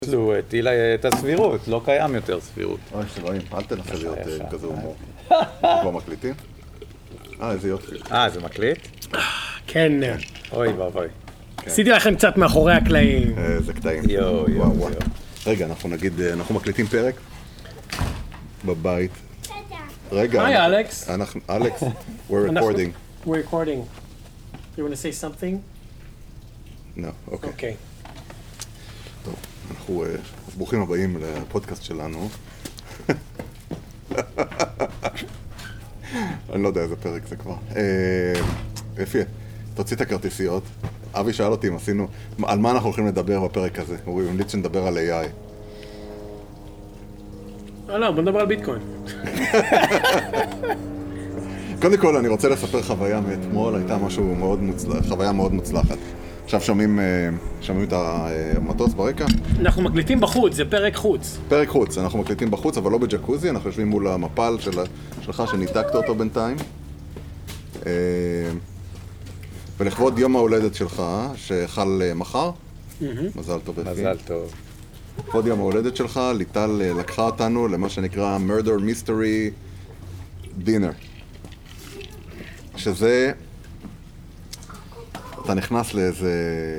זו הטילה את הסבירות, לא קיים יותר סבירות. אוי, שרואים, אל תנסה להיות כזה הומור. כבר מקליטים? איזה יופי. זה מקליט? כן. אוי ואבוי. עשיתי לכם קצת מאחורי הקלעים. זה קטעים. יו. רגע, אנחנו נגיד, אנחנו מקליטים פרק בבית. רגע. היי, אלכס. אלכס, we're recording. We're recording. You want to say something? No, אוקיי. אוקיי. טוב, אנחנו ברוכים הבאים לפודקאסט שלנו. אני לא יודע איזה פרק זה כבר. יפי, תוציא את הכרטיסיות. אבי שאל אותי אם עשינו, על מה אנחנו הולכים לדבר בפרק הזה. הוא המליץ שנדבר על AI. לא, בוא נדבר על ביטקוין. קודם כל, אני רוצה לספר חוויה מאתמול, הייתה משהו מאוד מוצלח, חוויה מאוד מוצלחת. עכשיו שומעים את המטוס ברקע? אנחנו מקליטים בחוץ, זה פרק חוץ. פרק חוץ, אנחנו מקליטים בחוץ, אבל לא בג'קוזי, אנחנו יושבים מול המפל שלך שניתקת אותו בינתיים. ולכבוד יום ההולדת שלך, שחל מחר, מזל טוב. מזל טוב. לכבוד יום ההולדת שלך, ליטל לקחה אותנו למה שנקרא Murder Mystery Dinner. שזה, אתה נכנס לאיזה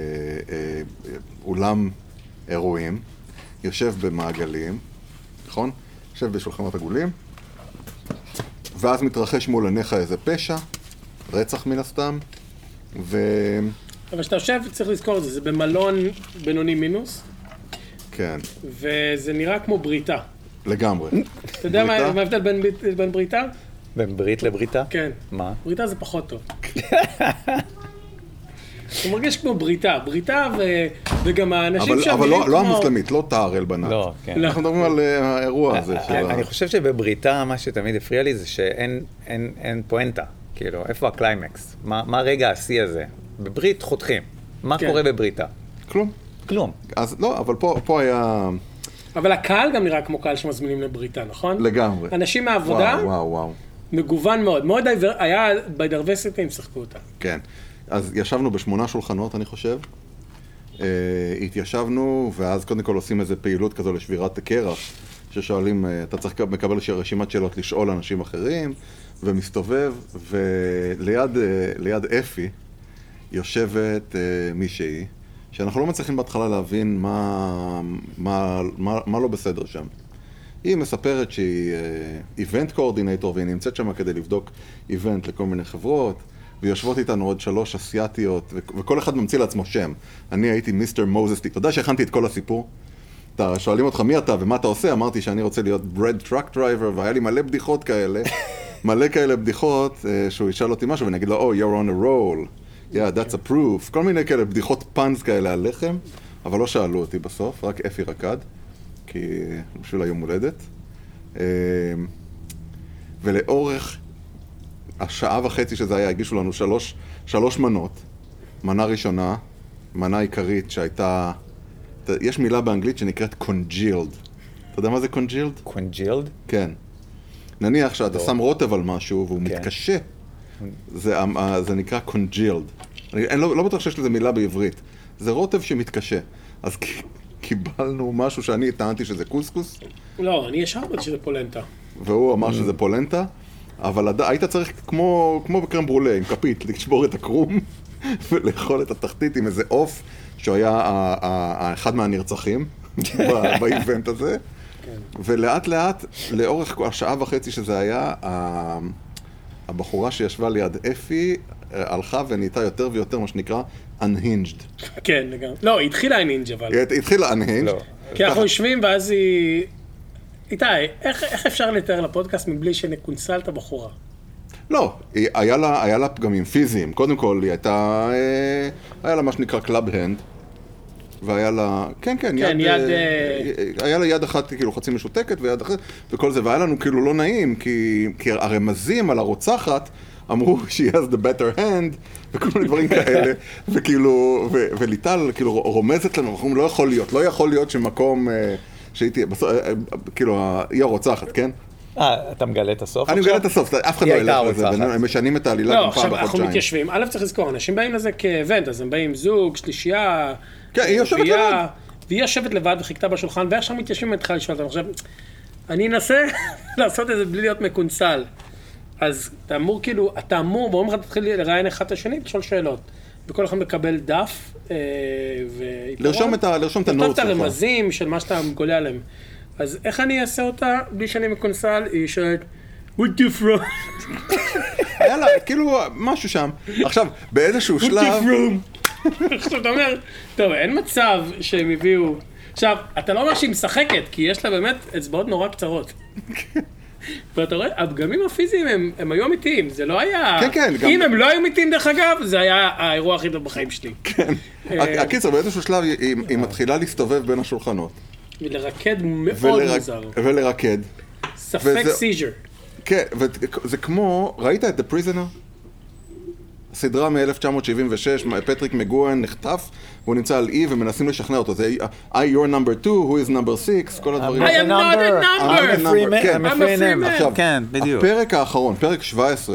אולם אירועים, יושב במעגלים, נכון? יושב בשולחנות עגולים, ואז מתרחש מול עיניך איזה פשע, רצח מן הסתם, אבל כשאתה יושב צריך לזכור את זה, זה במלון בינוני מינוס. כן. וזה נראה כמו בריתה. לגמרי. אתה יודע מה ההבדל בין בריתה? בין ברית לבריתה? כן. מה? בריתה זה פחות טוב. הוא מרגיש כמו בריתה וגם האנשים שם... אבל לא המוסלמית, לא טהר אל בנת. לא, כן. אנחנו מדברים על האירוע הזה. אני חושב שבבריתה מה שתמיד הפריע לי זה שאין פואנטה. כאילו, איפה הקליימקס? מה הרגע השיא הזה? בברית חותכים. מה קורה בבריתה? כלום. אז לא, אבל פה היה... אבל הקהל גם נראה כמו קהל שמזמינים לבריתה, נכון? לגמרי. אנשים מהעבודה? וואו. מגוון מאוד. מאוד היה בדייברסיטי, הם שחקו אותה. כן. אז ישבנו ב8 שולחנות, אני חושב. התיישבנו, ואז קודם כל עושים איזו פעילות כזו לשבירת קרח, ששואלים, אתה צריך מקבל רשימת שאלות לשאול אנשים אחרים, ומסתובב, וליד אפי יושבת מישהי, שאנחנו לא מצליחים בהתחלה להבין מה לא בסדר שם. היא מספרת שהיא איבנט קואורדינטור, והיא נמצאת שם כדי לבדוק איבנט לכל מיני חברות, ויושבות איתנו עוד 3 אסיאטיות, וכל אחד ממציא לעצמו שם. אני הייתי מיסטר מוזסטי. אתה יודע שהכנתי את כל הסיפור? שואלים אותך מי אתה ומה אתה עושה, אמרתי שאני רוצה להיות bread truck driver, והיה לי מלא בדיחות כאלה, מלא כאלה בדיחות, שהוא ישאל אותי משהו, ואני אגיד לו, you're on a roll, yeah, that's a proof, כל מיני כאלה בדיחות פאנס כאלה על לחם, אבל לא שאלו אותי בסוף, רק אפי רקד, כי בשביל היום הולדת. ולאורך השעה וחצי שזה היה, הגישו לנו 3 מנות. מנה ראשונה, מנה עיקרית שהייתה, יש מילה באנגלית שנקראת congealed. אתה יודע מה זה congealed? congealed? כן. נניח שאתה שם רוטב על משהו והוא מתקשה, זה נקרא congealed. אני לא בטוח שיש לזה מילה בעברית. זה רוטב שמתקשה. אז קיבלנו משהו שאני טענתי שזה קוסקוס. לא, אני ישר אמרתי שזה פולנטה. והוא אמר שזה פולנטה. אבל היית צריך, כמו בקרם ברולה, עם כפית, לשבור את הקרום ולאכול את התחתית עם איזה עוף, שהוא היה אחד מהנרצחים באיבנט הזה. ולאט לאט, לאורך השעה וחצי שזה היה, הבחורה שישבה ליד אפי הלכה ונהייתה יותר ויותר מה שנקרא unhinged. כן, לגמרי. לא, היא התחילה unhinged אבל. היא התחילה unhinged. כי אנחנו יושבים ואז היא... איתי, איך אפשר לתאר לפודקאסט מבלי שנקונסה את הבחורה? לא, היה לה פגמים פיזיים. קודם כל, היה לה מה שנקרא קלאב הנד, והיה לה, כן, יד, היה לה יד אחת כאילו חצי משותקת ויד אחת, וכל זה, והיה לנו כאילו לא נעים, כי הרמזים על הרוצחת אמרו she has the better hand, וכל מיני דברים כאלה, וכאילו, וליטל כאילו רומזת לנו, אנחנו לא יכול להיות שמקום... שהייתי, כאילו, היא הרוצחת, כן? אתה מגלה את הסוף? אני מגלה את הסוף, אף אחד לא ילך לזה, הם משנים את העלילה גם פעם בחודשיים. לא, עכשיו אנחנו מתיישבים, צריך לזכור, אנשים באים לזה כאבנט, אז הם באים זוג, שלישייה, כן, היא יושבת לבד. והיא יושבת לבד וחיכתה בשולחן, ועכשיו מתיישבים איתך לשאול אותם. עכשיו, אני אנסה לעשות את זה בלי להיות מקונסל. אז אתה אמור כאילו, באום אחד תתחיל לראיין אחד את השני, לשאול שאלות. וכל אחד מקבל דף, לרשום את הנוט שלך. לכתוב את הרמזים של מה שאתה גולה עליהם. אז איך אני אעשה אותה בלי שאני מקונסל? היא שואלת, what the from? יאללה, כאילו, משהו שם. עכשיו, באיזשהו שלב... עכשיו אתה אומר, טוב, אין מצב שהם הביאו... עכשיו, אתה לא אומר שהיא משחקת, כי יש לה באמת אצבעות נורא קצרות. ואתה רואה, הפגמים הפיזיים הם היו אמיתיים, זה לא היה... כן, כן. אם הם לא היו אמיתיים דרך אגב, זה היה האירוע הכי טוב בחיים שלי. כן. הקיצר, באיזשהו שלב היא מתחילה להסתובב בין השולחנות. ולרקד מאוד מוזר. ולרקד. ספק סיז'ר. כן, וזה כמו, ראית את The Prisoner? סדרה מ-1976, פטריק מגוהן נחטף, והוא נמצא על אי ומנסים לשכנע אותו. זה you're number 2, who is number 6, כל הדברים. I am not a number! I'm a free man. עכשיו, כן, בדיוק. הפרק האחרון, פרק 17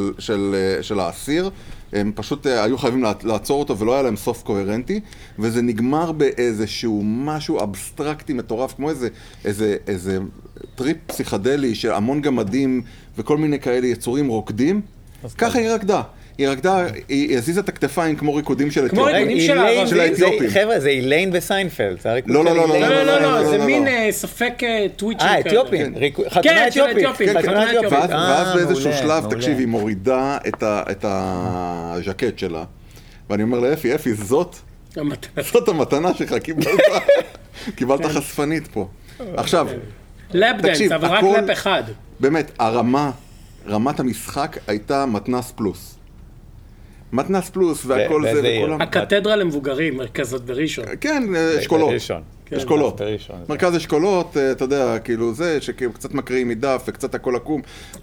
של האסיר, הם פשוט היו חייבים לעצור אותו ולא היה להם סוף קוהרנטי, וזה נגמר באיזשהו משהו אבסטרקטי מטורף, כמו איזה טריפ פסיכדלי של המון גמדים וכל מיני כאלה יצורים רוקדים. ככה היא רקדה. היא הזיזה את הכתפיים כמו ריקודים של כמו ריקודים של האתיופים. חבר'ה, זה איליין וסיינפלד. לא, זה מין ספק טוויצ'ר. אתיופים. כן, של אתיופים. ואז באיזשהו שלב, תקשיב, היא מורידה את הז'קט שלה. ואני אומר לה, אפי, זאת המתנה שלך, קיבלת חשפנית פה. עכשיו, לאפ דנס, אבל רק לאפ אחד. באמת, רמת המשחק הייתה מתנס פלוס. מתנס פלוס והכל זה וכולם... הקתדרה למבוגרים, מרכזת בראשון. כן, אשכולות. אשכולות. מרכז אשכולות, אתה יודע, כאילו זה, שקצת מקריאים מדף וקצת הכל עקום,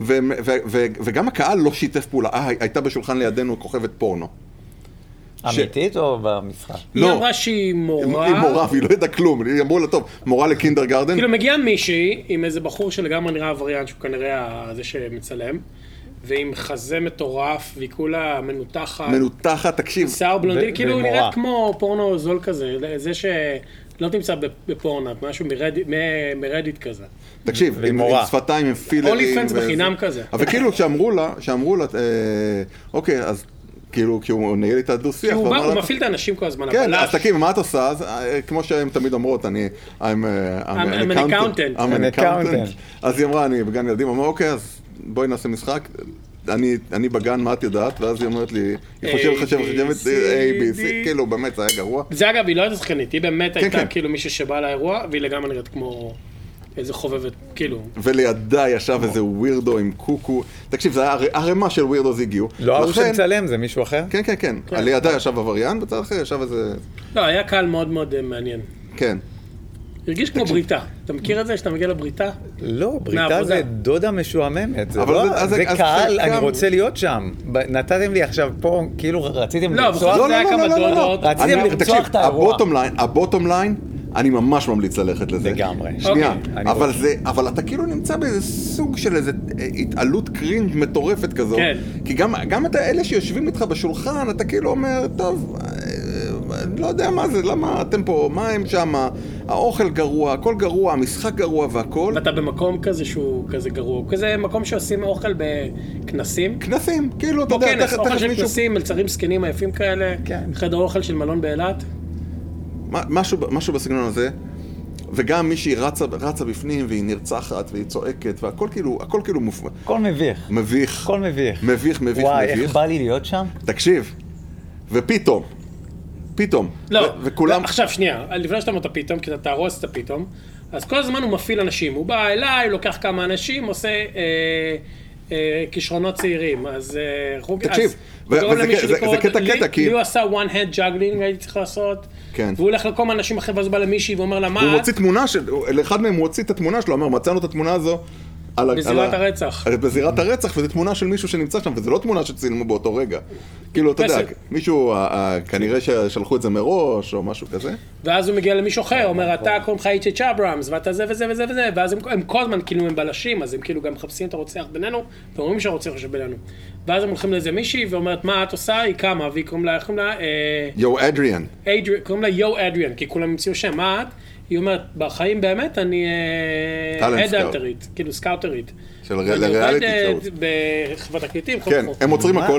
וגם הקהל לא שיתף פעולה. הייתה בשולחן לידינו כוכבת פורנו. אמיתית או במשחק? היא אמרה שהיא מורה. היא מורה, והיא לא ידעה כלום. היא אמרו לה, טוב, מורה לקינדרגרדן. כאילו מגיעה מישהי עם איזה בחור שלגמרי נראה עבריין, שהוא כנראה זה שמצלם, ועם חזה מטורף, והיא כולה מנותחת. תקשיב. שיער בלונדיני, כאילו היא נראית כמו פורנו זול כזה, זה שלא תמצא בפורנו, משהו מרדיט כזה. תקשיב, עם שפתיים, עם פילרים. אולי פנס בחינם כזה. אבל כאילו שאמרו לה, אוקיי, אז כאילו, כי הוא נהיה לי את הדו-שיח. הוא מפעיל את האנשים כל הזמן. כן, אז תקים, מה את עושה? אז כמו שהן תמיד אומרות, I'm an accountant. אז היא אמרה, אני בגן ילדים, אמרה, אוקיי, אז בואי נעשה משחק. אני בגן, מה את יודעת? ואז היא אומרת לי, היא חושבת, A, B, C, כאילו, באמת, זה היה גרוע. זה אגב, היא לא הייתה שחקנית, היא באמת הייתה כאילו מישהו שבא לאירוע, והיא לגמרי נראית כמו... איזה חובבת, כאילו. ולידה ישב איזה ווירדו עם קוקו. תקשיב, זה היה הרמה של ווירדוס הגיעו. לא הוא שמצלם, זה מישהו אחר? כן. לידה ישב עבריין, בצד אחר ישב איזה... לא, היה קהל מאוד מאוד מעניין. כן. הרגיש כמו בריתה. אתה מכיר את זה שאתה מגיע לבריתה? לא, בריתה זה דודה משועממת. זה קהל, אני רוצה להיות שם. נתתם לי עכשיו פה, כאילו רציתם לרצוח. לא, זה היה כמה דודות. רציתם לרצוח את האירוע. הבוטום ליין, אני ממש ממליץ ללכת לזה. לגמרי. שנייה, אבל אתה כאילו נמצא באיזה סוג של איזה התעלות קרינג' מטורפת כזו. כן. כי גם את האלה שיושבים איתך בשולחן, אתה כאילו אומר, טוב, לא יודע מה זה, למה אתם פה, מה הם שם, האוכל גרוע, הכל גרוע, המשחק גרוע והכל. ואתה במקום כזה שהוא כזה גרוע, כזה מקום שעושים אוכל בכנסים. כנסים, כאילו, אתה יודע, תכף אוכל של כנסים, מלצרים סקנים היפים כאלה, חדר אוכל של מלון באילת. משהו בסגנון הזה, וגם מישהי רצה בפנים והיא נרצחת והיא צועקת והכל כאילו, הכל מביך. מביך. וואי, איך בא לי להיות שם? תקשיב, ופתאום, לא, וכולם... עכשיו שנייה, לפני שאתה אומרת פתאום, כי אתה תהרוס את הפתאום, אז כל הזמן הוא מפעיל אנשים, הוא בא אליי, לוקח כמה אנשים, עושה כישרונות צעירים, אז... תקשיב, וזה קטע, כי... לי הוא עשה one hand juggling, הייתי צריך לעשות, והוא הולך לכל מיני אנשים אחרי, ואז בא למישהי ואומר לה, מה? הוא מוציא תמונה, לאחד מהם הוא הוציא את התמונה שלו, אומר, מצאנו את התמונה הזו, בזירת הרצח. בזירת הרצח, וזו תמונה של מישהו שנמצא שם, וזו לא תמונה שצילמו באותו רגע. כאילו, אתה יודע, מישהו, כנראה ששלחו את זה מראש, או משהו כזה. ואז הוא מגיע למישהו אחר, אומר, אתה קוראים לך איצ'ה צ'אברמס, ואתה זה וזה וזה וזה, ואז הם כל הזמן כאילו הם בלשים, אז הם כאילו גם מחפשים את הרוצח בינינו, ואומרים שהרוצח יושב בינינו. ואז הם הולכים לאיזה מישהי, ואומרת, מה את עושה? היא קמה, והיא קוראים לה, איך קוראים לה? יו אדריאן. קוראים לה יו אדריאן, כי כולם המציאו שם, מה את? היא אומרת, בחיים באמת אני הדאנטרית, כאילו סקאוטרית. של לריאליטי שואו. בחברת הקליטים. כן, הם עוצרים הכל.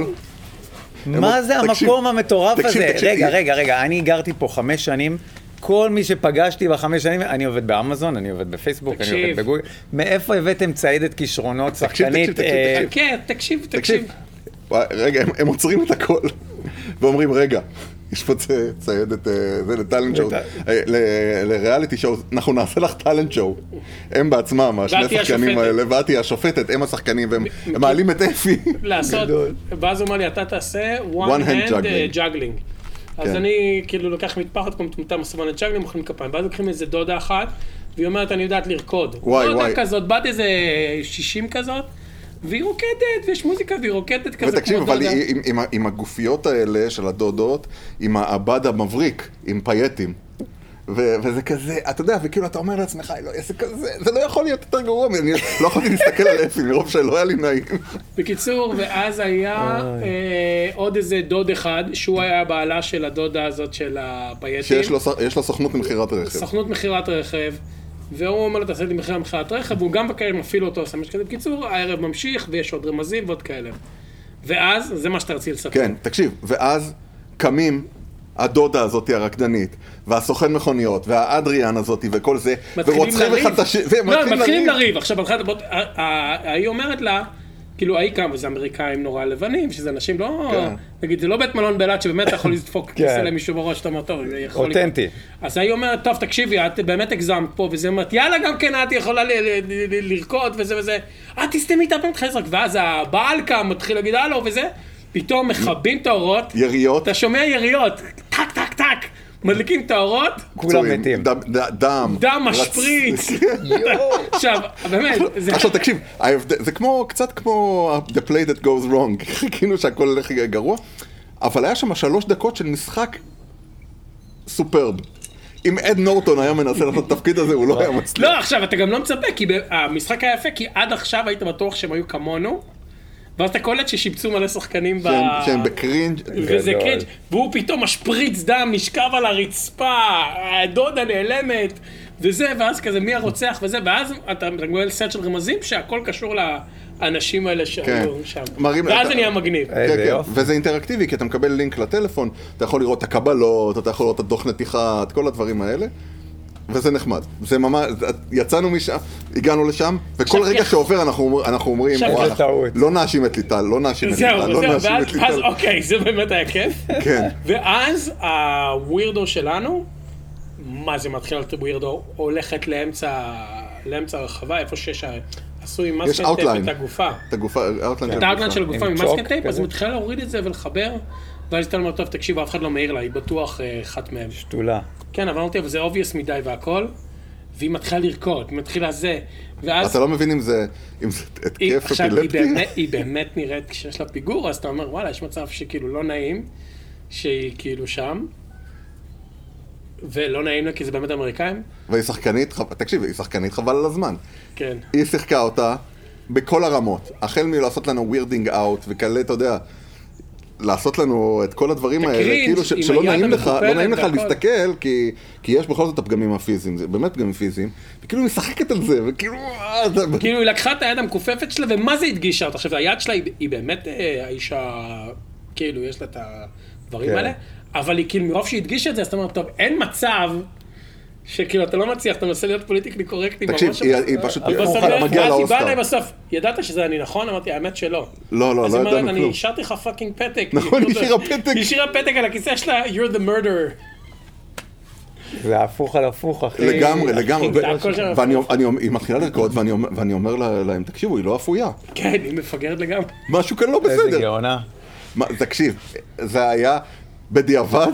מה זה המקום המטורף הזה? רגע, אני גרתי פה 5 שנים, כל מי שפגשתי ב5 שנים, אני עובד באמזון, אני עובד בפייסבוק, אני עובד בגוגל. מאיפה הבאתם ציידת כישרונות, שחקנית? כן, תקשיב. רגע, הם עוצרים את הכל, ואומרים, רגע, יש פה ציידת, זה לטלנט שואו, לריאליטי שואו, אנחנו נעשה לך טלנט שואו. הם בעצמם, השני שחקנים האלה, ואת היא השופטת, הם השחקנים, והם מעלים את אפי. לעשות, ואז הוא אומר לי, אתה תעשה one hand juggling. אז אני כאילו לוקח מטפחת, כמו מטומטם עושה one hand juggling, מוכנים כפיים, ואז לוקחים איזה דודה אחת, והיא אומרת, אני יודעת לרקוד. דודה כזאת, בת איזה 60 כזאת, והיא רוקדת, ויש מוזיקה, והיא רוקדת כזה ותקשיב, אבל עם הגופיות האלה של הדודות, עם הבד המבריק, עם פייטים, וזה כזה, אתה יודע, וכאילו אתה אומר לעצמך, זה לא יכול להיות יותר גרוע, אני לא יכולתי להסתכל על אפי, מרוב שלא היה לי נעים. בקיצור, ואז היה עוד איזה דוד אחד, שהוא היה הבעלה של הדודה הזאת של הפייטים. שיש לו סוכנות ממכירת רכב. סוכנות מכירת רכב. והוא אומר לו, תעשה לי מכירת רכב, והוא גם בקרב מפעיל אותו, עושה משהו כזה. בקיצור, הערב ממשיך, ויש עוד רמזים ועוד כאלה. ואז, זה מה שאתה רציתי לספר. כן, תקשיב, ואז קמים הדודה הזאת הרקדנית, והסוכן מכוניות, והאדריאן הזאת וכל זה, ורוצחים אחד את השני, מתחילים לריב. עכשיו, היא אומרת לה, כאילו, ההיא קם, וזה אמריקאים נורא לבנים, שזה אנשים לא... נגיד, זה לא בית מלון באילת שבאמת אתה יכול לדפוק כיסא למישהו בראש, אתה אומר, טוב, אותנטי. אז ההיא אומרת, טוב, תקשיבי, את באמת הגזמת פה, וזה אומרת, יאללה, גם כן, את יכולה לרקוד וזה וזה. תסתמי את הפעם חזק, ואז הבעל קם, מתחיל להגיד, הלו, וזה, פתאום מכבים את האורות. יריות. אתה שומע יריות, טק, טק, טק. מדליקים את האורות, כולם מתים. דם משפריץ. עכשיו, באמת. עכשיו תקשיב, זה קצת כמו The Play That Goes Wrong, חיכינו שהכל הולך גרוע, אבל היה שם 3 דקות של משחק סופרב. אם אד נורטון היה מנסה לעשות את התפקיד הזה, הוא לא היה מצליח. לא, עכשיו, אתה גם לא מצפה, כי המשחק היה יפה, כי עד עכשיו היית בטוח שהם היו כמונו, ואז אתה קולט ששיבצו מלא שחקנים שהם בקרינג' וזה קרינג' והוא פתאום משפריץ דם, נשכב על הרצפה, הדודה נעלמת וזה, ואז כזה מי הרוצח וזה, ואז אתה מגולל סט של רמזים שהכל קשור לאנשים האלה שהיו שם, ואז זה נהיה מגניב. וזה אינטראקטיבי, כי אתה מקבל לינק לטלפון, אתה יכול לראות את הקבלות, אתה יכול לראות את הדוח נתיחה, את כל הדברים האלה. וזה נחמד, זה ממש, יצאנו משם, הגענו לשם, וכל רגע שעובר אנחנו אומרים, לא נאשים את ליטל, לא נאשים את ליטל, לא נאשים את ליטל. אז אוקיי, זה באמת היה כיף. כן. ואז הווירדו שלנו, מה זה מתחיל את הווירדו, הולכת לאמצע הרחבה, איפה עשו עם מסקנט טייפ את הגופה. את הגופה, את האוטליין של הגופה עם מסקנט טייפ, אז מתחילה להוריד את זה ולחבר, ואז אתה אומר, טוב, תקשיב, אף אחד לא מעיר לה, היא בטוח אחת מהם. שתולה. כן, אבל אמרתי, אבל זה obvious מדי והכל, והיא מתחילה לרקוד, היא מתחילה זה, ואז... אתה לא מבין אם זה התקף אפילפטי? היא באמת נראית כשיש לה פיגור, אז אתה אומר, וואלה, יש מצב שכאילו לא נעים, שהיא כאילו שם, ולא נעים לה כי זה באמת אמריקאים. והיא שחקנית, תקשיב, היא שחקנית חבל על הזמן. כן. היא שיחקה אותה בכל הרמות, החל מלעשות לנו weirding out וכאלה, אתה יודע, לעשות לנו את כל הדברים האלה, כאילו שלא נעים לך להסתכל, כי יש בכל זאת הפגמים הפיזיים, זה באמת פגמים פיזיים, וכאילו היא משחקת על זה, וכאילו... כאילו היא לקחה את היד המכופפת שלה, ומה זה הדגישה אותה? עכשיו, היד שלה היא באמת האישה, כאילו, יש לה את הדברים האלה, אבל היא כאילו, מרוב שהיא הדגישה את זה, אז אתה אומר, טוב, אין מצב שכאילו, אתה לא מצליח, אתה מנסה להיות פוליטיקלי קורקטי. תקשיב, היא פשוט מגיעה לאוסקר. ואז היא באה אליי בסוף, ידעת שזה אני נכון? אמרתי, האמת שלא. לא ידענו כלום. אז היא אומרת, אני השארתי לך פאקינג פתק. נכון, היא השאירה פתק. היא השאירה פתק על הכיסא שלה, you're the murderer. זה הפוך על הפוך, אחי. לגמרי. היא מתחילה לרקוד, ואני אומר להם, תקשיבו, היא לא אפויה. כן, היא מפגרת לגמרי. משהו כאן לא בסדר. איזה גאונה. תקשיב, זה היה בדיעבד,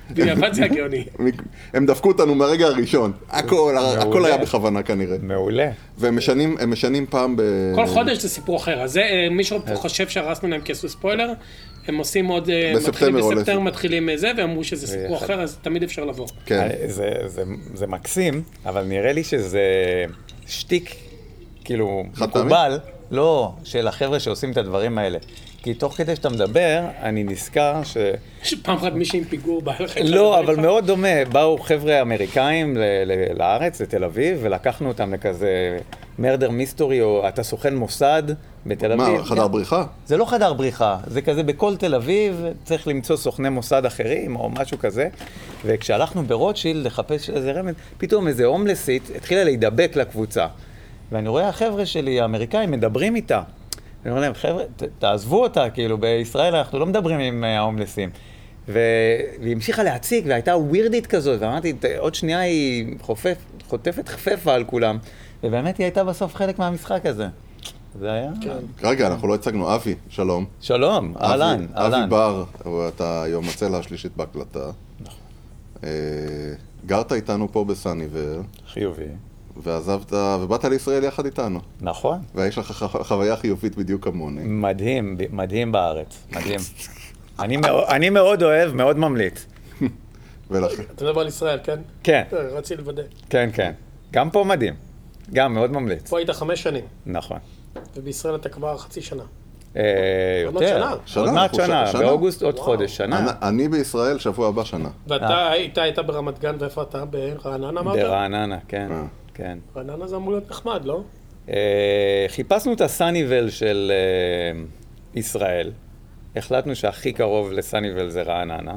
ביוון זה הגאוני. הם דפקו אותנו מהרגע הראשון. הכל היה בכוונה כנראה. מעולה. והם משנים פעם כל חודש זה סיפור אחר. אז מישהו חושב שהרסנו להם כסף ספוילר, הם עושים עוד... בספטמבר מתחילים זה, והם אמרו שזה סיפור אחר, אז תמיד אפשר לבוא. זה מקסים, אבל נראה לי שזה שטיק, כאילו, מקובל, לא, של החבר'ה שעושים את הדברים האלה. כי תוך כדי שאתה מדבר, אני נזכר פעם אחת מישהי עם פיגור בא לך... לא, אבל מאוד דומה. באו חבר'ה אמריקאים לארץ, לתל אביב, ולקחנו אותם לכזה מרדר מיסטורי, או אתה סוכן מוסד בתל אביב. מה, חדר בריחה? זה לא חדר בריחה, זה כזה בכל תל אביב, צריך למצוא סוכני מוסד אחרים, או משהו כזה. וכשהלכנו ברוטשילד לחפש איזה רמז, פתאום איזה הומלסית התחילה להידבק לקבוצה. ואני רואה החבר'ה שלי, האמריקאים, מדברים איתה. אני אומר להם, חבר'ה, תעזבו אותה, כאילו, בישראל אנחנו לא מדברים עם ההומלסים. והיא המשיכה להציג, והייתה ווירדית כזאת, ואמרתי, עוד שנייה היא חוטפת חפפה על כולם, ובאמת היא הייתה בסוף חלק מהמשחק הזה. זה היה... רגע, אנחנו לא הצגנו, אבי, שלום. שלום, אהלן, אהלן. אבי בר, אתה היום הצלע השלישית בהקלטה. נכון. גרת איתנו פה בסניבר. חיובי. ועזבת, ובאת לישראל יחד איתנו. נכון. ויש לך חוויה חיובית בדיוק כמוני. מדהים, מדהים בארץ, מדהים. אני מאוד אוהב, מאוד ממליץ. ולכן. אתה מדבר על ישראל, כן? כן. רציתי לוודא. כן, כן. גם פה מדהים. גם מאוד ממליץ. פה היית 5 שנים. נכון. ובישראל אתה כבר חצי שנה. יותר. עוד מעט שנה. באוגוסט עוד חודש, שנה. אני בישראל שבוע הבא שנה. ואתה היית ברמת גן, ואיפה אתה? ברעננה אמרת? ברעננה, כן. כן. רעננה זה אמור להיות נחמד, לא? חיפשנו את הסניבל של ישראל. החלטנו שהכי קרוב לסניבל זה רעננה.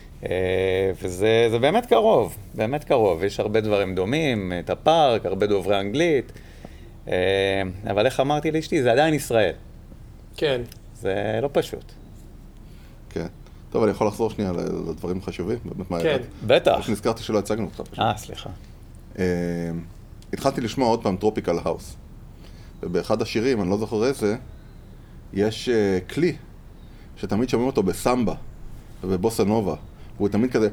וזה באמת קרוב, באמת קרוב. יש הרבה דברים דומים, את הפארק, הרבה דוברי אנגלית. אבל איך אמרתי לאשתי, זה עדיין ישראל. כן. זה לא פשוט. כן. טוב, אני יכול לחזור שנייה לדברים חשובים? כן. בטח. נזכרתי שלא הצגנו אותך פשוט. סליחה. התחלתי לשמוע עוד פעם טרופיקל האוס. ובאחד השירים, אני לא זוכר איזה, יש כלי שתמיד שומעים אותו בסמבה ובבוסה נובה. והוא תמיד כזה...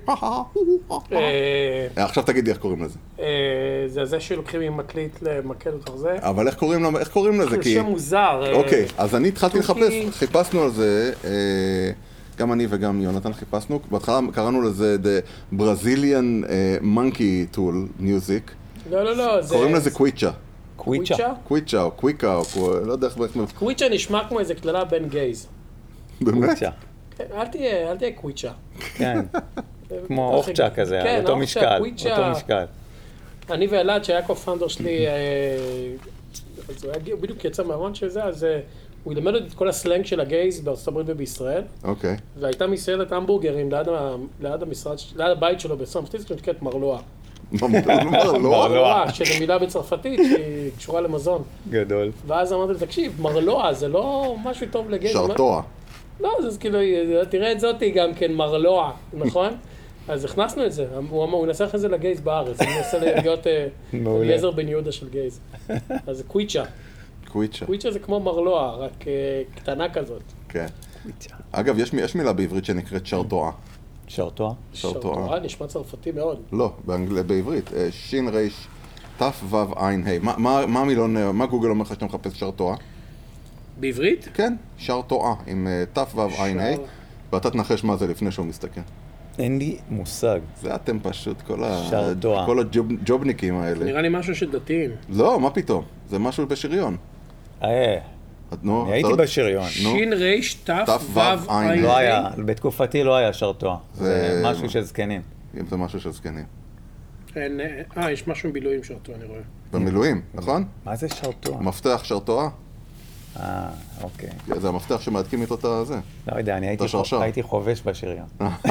עכשיו תגידי איך קוראים לזה. זה זה שלוקחים עם מקליט למקל אותך זה. אבל איך קוראים לזה? שם מוזר. אוקיי, אז אני התחלתי לחפש, חיפשנו על זה, גם אני וגם יונתן חיפשנו, בהתחלה קראנו לזה The Brazilian Monkey Tool Music. לא, קוראים לזה קוויצ'ה. קוויצ'ה? קוויצ'ה או קוויקה, או לא יודע איך... קוויצ'ה נשמע כמו איזה כללה בין גייז. באמת? אל תהיה קוויצ'ה. כן, כמו אוכצ'ה כזה, אותו משקל. אני ואלעד, שהיה קו-פאונדר שלי, אז הוא בדיוק יצא מהרון של זה, אז הוא ילמד אותי את כל הסלנג של הגייז בארצות הברית ובישראל. אוקיי. והייתה מסעדת המבורגרים ליד הבית שלו בסן פרנסיסקו, שנקראת מרלואה. מרלואה, שזו מילה בצרפתית שהיא קשורה למזון. גדול. ואז אמרתי לי, תקשיב, מרלואה זה לא משהו טוב לגייז. שרתואה. לא, זה כאילו, תראה את זאתי גם כן, מרלואה, נכון? אז הכנסנו את זה, הוא נסח את זה לגייז בארץ, הוא נסה להיות אליעזר בן יהודה של גייז. אז קוויצ'ה. קוויצ'ה זה כמו מרלואה, רק קטנה כזאת. כן. אגב, יש מילה בעברית שנקראת שרתואה. שרתואה? שרתואה נשמע צרפתי מאוד. לא, בעברית, שין ריש תף וו עין ה'. מה המילון, מה גוגל אומר לך שאתה מחפש שרתואה? בעברית? כן, שרתואה, עם תף וו עין ה', ואתה תנחש מה זה לפני שהוא מסתכל. אין לי מושג. זה אתם פשוט, שרתואה. כל הג'ובניקים האלה. נראה לי משהו של דתיים. לא, מה פתאום? זה משהו בשריון. אני הייתי בשריון. שין ריש תף וו עין. לא היה, בתקופתי לא היה שרתואה. זה משהו של זקנים. אם זה משהו של זקנים. יש משהו עם בילויים שרתואה, אני רואה. במילואים, נכון? מה זה שרתואה? מפתח שרתואה. אוקיי. זה המפתח שמעדכים איתו את הזה. לא יודע, אני הייתי חובש בשריון.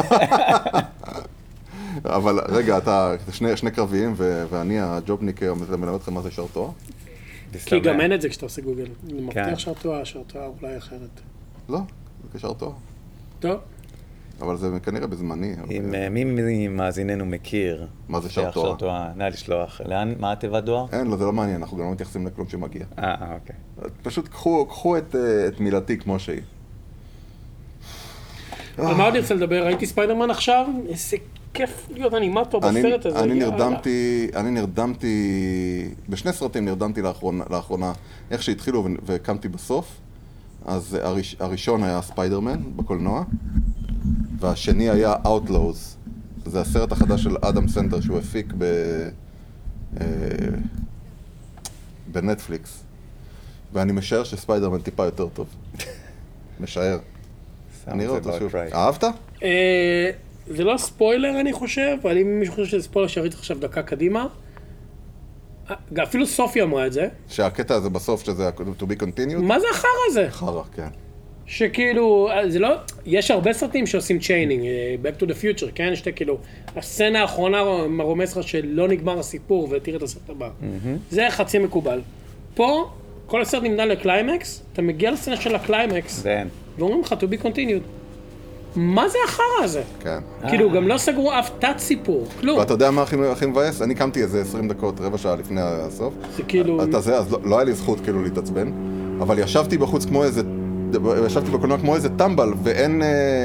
אבל רגע, אתה שני קרביים ואני הג'ובניק מלמד אותך מה זה שרתואה? כי גם אין את זה כשאתה עושה גוגל. מפתח שרתואה, שרתואה אולי אחרת. לא, זה כשרתואה. טוב. אבל זה כנראה בזמני. אם מי מאזיננו מכיר, מה זה שרתואה? נא לשלוח. לאן, מה התיבת דואר? אין, זה לא מעניין, אנחנו גם לא מתייחסים לכלום שמגיע. אוקיי. פשוט קחו את מילתי כמו שהיא. על מה עוד נרצה לדבר? ראיתי ספיידרמן עכשיו? איזה כיף להיות אנימטור בסרט הזה. אני נרדמתי, בשני סרטים נרדמתי לאחרונה, איך שהתחילו והקמתי בסוף. אז הראשון היה ספיידרמן בקולנוע, והשני היה Outlaws. זה הסרט החדש של אדם סנדר שהוא הפיק בנטפליקס. ואני משער שספיידרמן טיפה יותר טוב. משער. אני רואה אותו שוב. אהבת? זה לא ספוילר אני חושב, אבל אם מישהו חושב שזה ספוילר שראיתי עכשיו דקה קדימה, אפילו סופי אמרה את זה. שהקטע הזה בסוף שזה to be continued? מה זה החרא הזה? חרא, כן. שכאילו, זה לא, יש הרבה סרטים שעושים צ'יינינג, Back to the Future, כן? יש כאילו, הסצנה האחרונה מרומז לך שלא נגמר הסיפור ותראה את הסרט הבא. זה חצי מקובל. פה, כל הסרט נמנה לקליימקס, אתה מגיע לסצנה של הקליימקס, ואומרים לך to be continued. מה זה החרא הזה? כן. כאילו, גם לא סגרו אף תת סיפור, כלום. ואתה יודע מה הכי מבאס? אני קמתי איזה 20 דקות, רבע שעה לפני הסוף. זה כאילו... אז לא היה לי זכות כאילו להתעצבן, אבל ישבתי בחוץ כמו איזה... ישבתי בקולנוע כמו איזה טמבל, ואין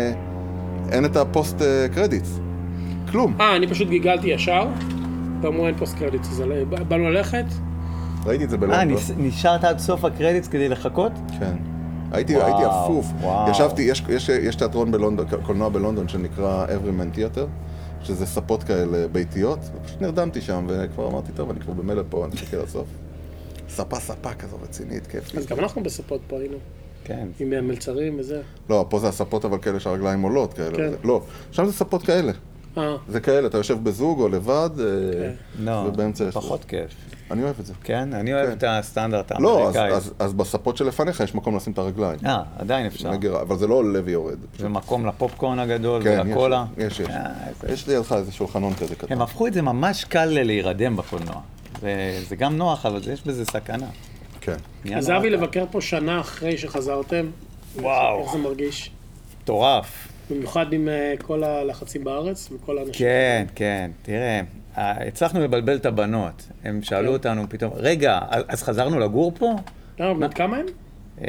את הפוסט קרדיטס. כלום. אני פשוט גיגלתי ישר, ואמרו אין פוסט קרדיטס, אז באנו ללכת. ראיתי את זה בלונדון. נשארת עד סוף הקרדיטס כדי לחכות? כן. הייתי אפוף. ישבתי, יש תיאטרון בלונדון, קולנוע בלונדון שנקרא Everyman Theater, שזה ספות כאלה ביתיות, ופשוט נרדמתי שם, וכבר אמרתי, טוב, אני כבר במילא פה, אני חכה לסוף. ספה כזו רצינית, כיף. אז גם אנחנו בספות פה היינו. כן. עם המלצרים וזה. לא, פה זה הספות אבל כאלה שהרגליים עולות כאלה. כן. לא, שם זה ספות כאלה. זה כאלה, אתה יושב בזוג או לבד, ובאמצע יש... פחות כיף. אני אוהב את זה. כן? אני אוהב את הסטנדרט האמריקאי. לא, אז בספות שלפניך יש מקום לשים את הרגליים. עדיין אפשר. אבל זה לא עולה ויורד. זה מקום לפופקורן הגדול ולקולה. יש. יש לידך איזה שולחנון כזה קטן. הם הפכו את זה ממש קל להירדם בקולנוע. זה גם נוח, אבל יש בזה סכנה. כן. אז אבי לבקר פה שנה אחרי שחזרתם. וואו. איך זה מרגיש? מטורף. במיוחד עם כל הלחצים בארץ וכל האנשים. כן, כן. תראה, הצלחנו לבלבל את הבנות. הם שאלו אותנו פתאום, רגע, אז חזרנו לגור פה? בת כמה הם? 8.5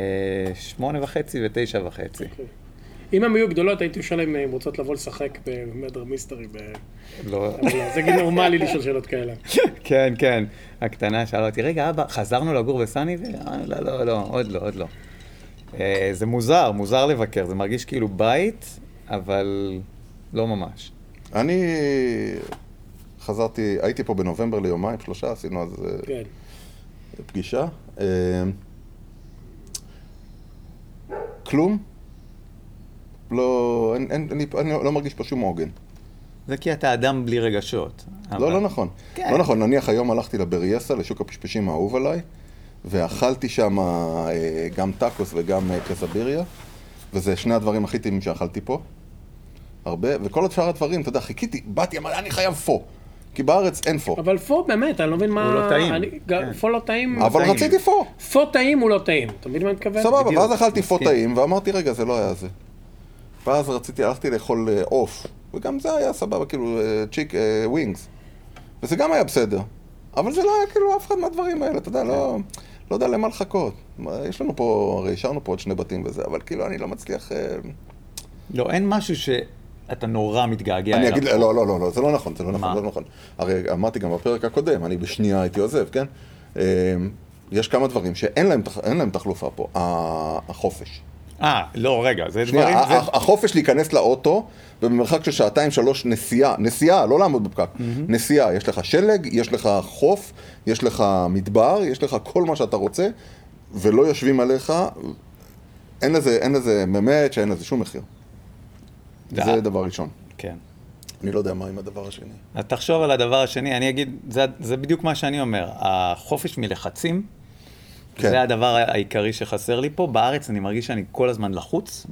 ו9.5. אם הם היו גדולות, הייתי שואל אם הם רוצות לבוא לשחק במדר מיסטרי. לא. זה גיל נורמלי לשאול שאלות כאלה. כן, כן. הקטנה שאלה אותי, רגע, אבא, חזרנו לגור בסני? לא, עוד לא. זה מוזר לבקר. זה מרגיש כאילו בית, אבל לא ממש. אני חזרתי, הייתי פה בנובמבר ליומיים, 3, עשינו אז פגישה. כלום. לא, אני לא מרגיש פה שום עוגן. זה כי אתה אדם בלי רגשות. לא נכון. לא נכון, נניח היום הלכתי לבריאסה, לשוק הפשפשים האהוב עליי, ואכלתי שם גם טאקוס וגם קזביריה, וזה שני הדברים הכי טעימים שאכלתי פה. הרבה, וכל עוד שאר הדברים, אתה יודע, חיכיתי, באתי, אמרתי, אני חייב פו. כי בארץ אין פו. אבל פו באמת, אני לא מבין מה... הוא לא טעים. פו לא טעים. אבל רציתי פו. פו טעים הוא לא טעים. אתה מבין מה אני מתכוון? סבבה, ואז אכלתי פו טעים, ואמרתי, רגע, זה לא היה זה. ואז הלכתי לאכול אוף, וגם זה היה סבבה, כאילו, צ'יק ווינגס. וזה גם היה בסדר. אבל זה לא היה כאילו אף אחד מהדברים האלה, אתה יודע, לא יודע למה לחכות. יש לנו פה, הרי השארנו פה עוד 2 בתים וזה, אבל כאילו אני לא מצליח... לא, אין משהו שאתה נורא מתגעגע אליו. אני אגיד, לא, זה לא נכון, זה לא נכון. הרי אמרתי גם בפרק הקודם, אני בשנייה הייתי עוזב, כן? יש כמה דברים שאין להם תחלופה פה, החופש. לא, רגע, זה שנייה, דברים... החופש להיכנס לאוטו, ובמרחק של 2-3 נסיעה, לא לעמוד בפקק, נסיעה, יש לך שלג, יש לך חוף, יש לך מדבר, יש לך כל מה שאתה רוצה, ולא יושבים עליך, אין לזה באמת שאין לזה שום מחיר. זה דבר ראשון. כן. אני לא יודע מה עם הדבר השני. אז תחשוב על הדבר השני, אני אגיד, זה בדיוק מה שאני אומר, החופש מלחצים, זה הדבר העיקרי שחסר לי פה. בארץ אני מרגיש שאני כל הזמן לחוץ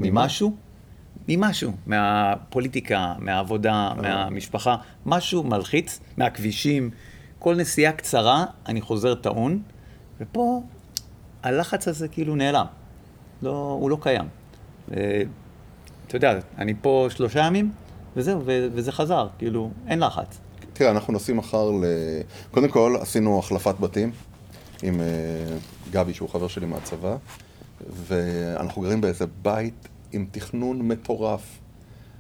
ממשהו, מהפוליטיקה, מהעבודה, מהמשפחה, משהו מלחיץ, מהכבישים. כל נסיעה קצרה, אני חוזר טעון, ופה הלחץ הזה כאילו נעלם. הוא לא קיים. אתה יודע, אני פה 3 ימים, וזהו, וזה חזר, כאילו, אין לחץ. תראה, אנחנו נוסעים מחר קודם כל, עשינו החלפת בתים עם גבי, שהוא חבר שלי מהצבא, ואנחנו גרים באיזה בית עם תכנון מטורף,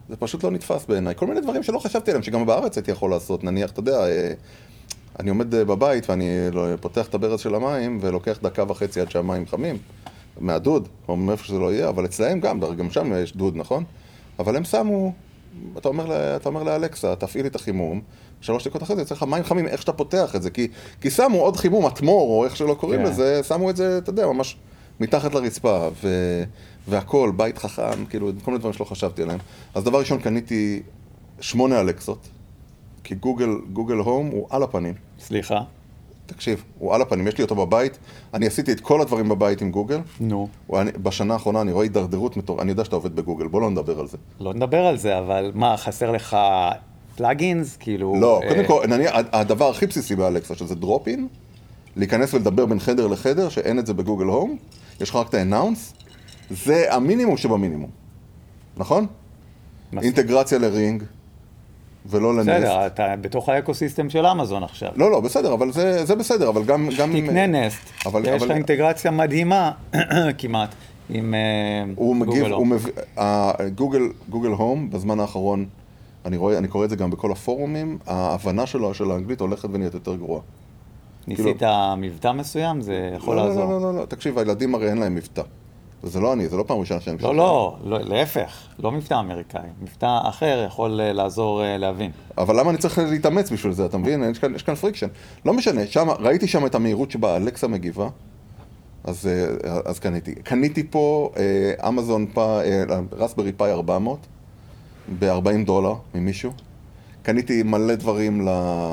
זה פשוט לא נתפס בעיניי. כל מיני דברים שלא חשבתי עליהם, שגם בארץ הייתי יכול לעשות. נניח, אתה יודע, אני עומד בבית ואני פותח את הברז של המים ולוקח דקה וחצי עד שהמים חמים, מהדוד, או מאיפה שזה לא יהיה, אבל אצלהם גם שם יש דוד, נכון? אבל הם שמו, אתה אומר לאלקסה, תפעיל את החימום, 3 דקות אחרי זה יצא לך מים חמים, איך שאתה פותח את זה, כי שמו עוד חימום, התמור, או איך שלא קוראים לזה, שמו את זה, אתה יודע, ממש מתחת לרצפה, והכל, בית חכם, כאילו, כל מיני דברים שלא חשבתי עליהם. אז דבר ראשון, קניתי 8 אלקסות, כי גוגל הום הוא על הפנים. סליחה? תקשיב, הוא על הפנים, יש לי אותו בבית, אני עשיתי את כל הדברים בבית עם גוגל. נו. בשנה האחרונה אני רואה הידרדרות מטורפת, אני יודע שאתה עובד בגוגל, בוא לא נדבר על זה. לא נדבר על זה, אבל מה, חסר לך פלאגינס? כאילו... לא, קודם כל, הדבר הכי בסיסי באלקסה, שזה דרופ-אין, להיכנס ולדבר בין חדר לחדר, שאין את זה בגוגל הום, יש לך רק את האנאונס, זה המינימום שבמינימום, נכון? אינטגרציה לרינג, ולא לנסט. בסדר, אתה בתוך האקוסיסטם של אמזון עכשיו. לא, בסדר, אבל זה בסדר, אבל גם... תקנה נסט, יש לך אינטגרציה מדהימה, כמעט, עם גוגל הום. גוגל הום, בזמן האחרון, אני קורא את זה גם בכל הפורומים, ההבנה שלו של האנגלית הולכת ונהיית יותר גרועה. ניסית מבטא מסוים? זה יכול לעזור. לא, תקשיב, הילדים הרי אין להם מבטא. זה לא אני, זה לא פעם ראשונה שאני משתתף. לא, להפך, לא מבטא אמריקאי. מבטא אחר יכול לעזור להבין. אבל למה אני צריך להתאמץ בשביל זה, אתה מבין? יש כאן פריקשן. לא משנה, ראיתי שם את המהירות שבה אלקסה מגיבה, אז קניתי. קניתי פה אמזון רסברי פאי 400, $40 ממישהו. קניתי מלא דברים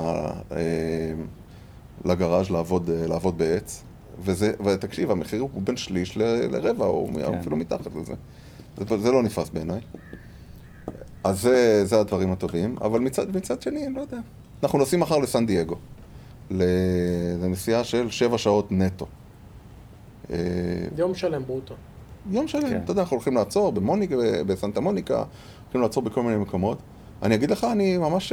לגראז' לעבוד בעץ. ותקשיב, המחיר הוא בין שליש לרבע, או אפילו מתחת לזה. זה לא נפס בעיניי. אז זה הדברים הטובים, אבל מצד שני, אני לא יודע. אנחנו נוסעים מחר לסן דייגו. לנסיעה של 7 שעות נטו. יום שלם ברוטו. יום שלם, אתה יודע, אנחנו הולכים לעצור בסנטה מוניקה, הולכים לעצור בכל מיני מקומות. אני אגיד לך, אני ממש...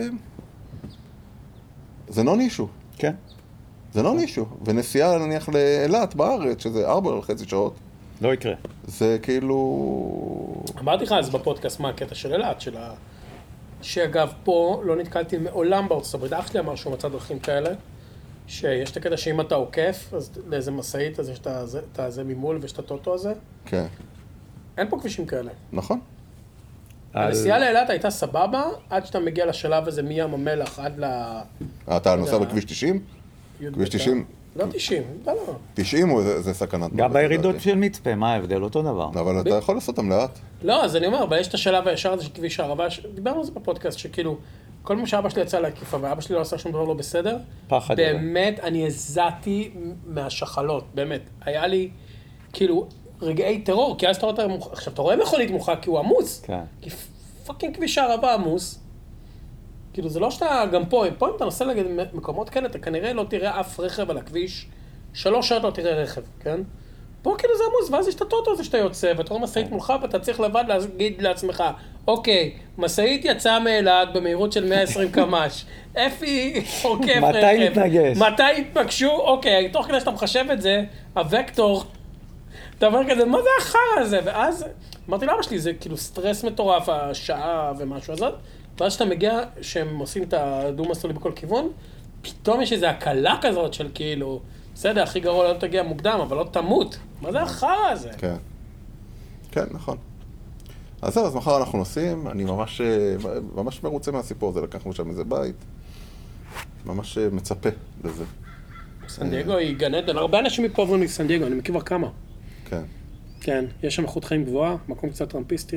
זה לא נישהו. כן. זה לא נישהו, ונסיעה נניח לאילת בארץ, שזה 4.5 שעות. לא יקרה. זה כאילו... אמרתי לך אז בפודקאסט מה הקטע של אילת, שאגב פה לא נתקלתי מעולם בארצות הברית, אח שלי אמר שהוא מצא דרכים כאלה, שיש את הקטע שאם אתה עוקף, אז לאיזה מסעית, אז יש את הזה ממול ויש את הטוטו הזה. כן. אין פה כבישים כאלה. נכון. הנסיעה לאילת הייתה סבבה, עד שאתה מגיע לשלב הזה מים המלח עד ל... אתה נוסע בכביש 90? כביש 90? לא 90, לא. 90 זה סכנת. גם בירידות של מצפה, מה ההבדל? אותו דבר. אבל אתה יכול לעשות אותם לאט. לא, אז אני אומר, אבל יש את השלב הישר הזה של כביש הערבה, דיברנו על זה בפודקאסט, שכאילו, כל מה שאבא שלי יצא להקיפה, ואבא שלי לא עשה שום דבר לא בסדר, פחד. באמת, אני הזעתי מהשחלות, באמת. היה לי, כאילו, רגעי טרור, כי אז אתה רואה, עכשיו, אתה רואה מכונית מוכח, כי הוא עמוס. כן. כי פאקינג כביש הערבה עמוס. כאילו, זה לא שאתה, גם פה אם אתה נוסע להגיד מקומות כאלה, אתה כנראה לא תראה אף רכב על הכביש, 3 שעות לא תראה רכב, כן? פה כאילו זה עמוס, ואז יש את הטוטו הזה שאתה יוצא, ואתה רואה מסעית מולך, ואתה צריך לבד להגיד לעצמך, אוקיי, מסעית יצאה מאילת במהירות של 120 קמ"ש, אפי עוקף רכב. מתי נתנגש? מתי התנגשו? אוקיי, תוך כדי שאתה מחשב את זה, הוקטור, אתה אומר כזה, מה זה החרא הזה? ואז, אמרתי לאבא שלי, זה כאילו סטרס מטורף, השעה ומשהו הזאת, ואז שאתה מגיע, שהם עושים את הדו-מסלולי בכל כיוון, פתאום יש איזו הקלה כזאת של כאילו, בסדר, הכי גרוע לא תגיע מוקדם, אבל לא תמות. מה זה החרא הזה? כן. כן, נכון. אז זהו, אז מחר אנחנו נוסעים, אני ממש מרוצה מהסיפור הזה, לקחנו שם איזה בית, ממש מצפה לזה. סן דייגו היא גן עדן, הרבה אנשים מפה עוברים לסן דייגו, אני מכיר כבר כמה. כן. כן, יש שם איכות חיים גבוהה, מקום קצת טראמפיסטי.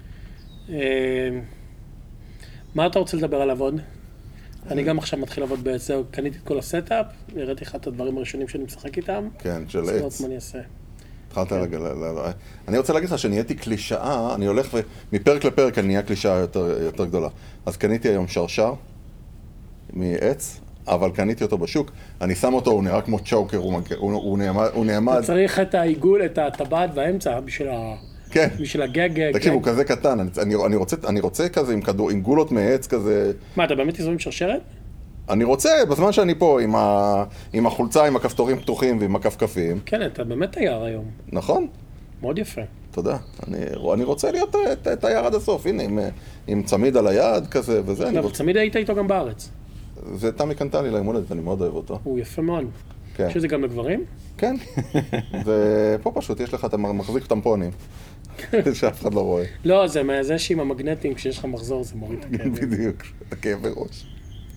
מה אתה רוצה לדבר עליו עוד? אני גם עכשיו מתחיל לעבוד בעצם, קניתי את כל הסטאפ, הראיתי לך את הדברים הראשונים שאני משחק איתם. כן, של עץ. לראות מה אני אעשה. התחלת רגע, אני רוצה להגיד לך שנהייתי קלישאה, אני הולך מפרק לפרק אני נהיה קלישאה יותר גדולה. אז קניתי היום שרשר מעץ, אבל קניתי אותו בשוק, אני שם אותו, הוא נראה כמו צ'וקר, הוא נעמד... אתה צריך את העיגול, את הטבעת והאמצע בשביל הגג. תקשיב, הוא כזה קטן, אני רוצה כזה עם גולות מעץ כזה... מה, אתה באמת תזרום עם שרשרת? אני רוצה, בזמן שאני פה, עם החולצה, עם הכפתורים פתוחים ועם הכפכפים. כן, אתה באמת תייר היום. נכון. מאוד יפה. אתה יודע, אני רוצה להיות את היער עד הסוף, הנה, עם צמיד על היד כזה וזה. לא, צמיד היית איתו גם בארץ. זה תמי קנתה לי לימולדת, ואני מאוד אוהב אותו. הוא יפה מאוד. כן. שזה גם לגברים? כן. ופה פשוט יש לך, אתה מחזיק טמפונים, שאף אחד לא רואה. לא, זה שעם המגנטים, כשיש לך מחזור, זה מוריד את הכאב. בדיוק, את הכאב בראש.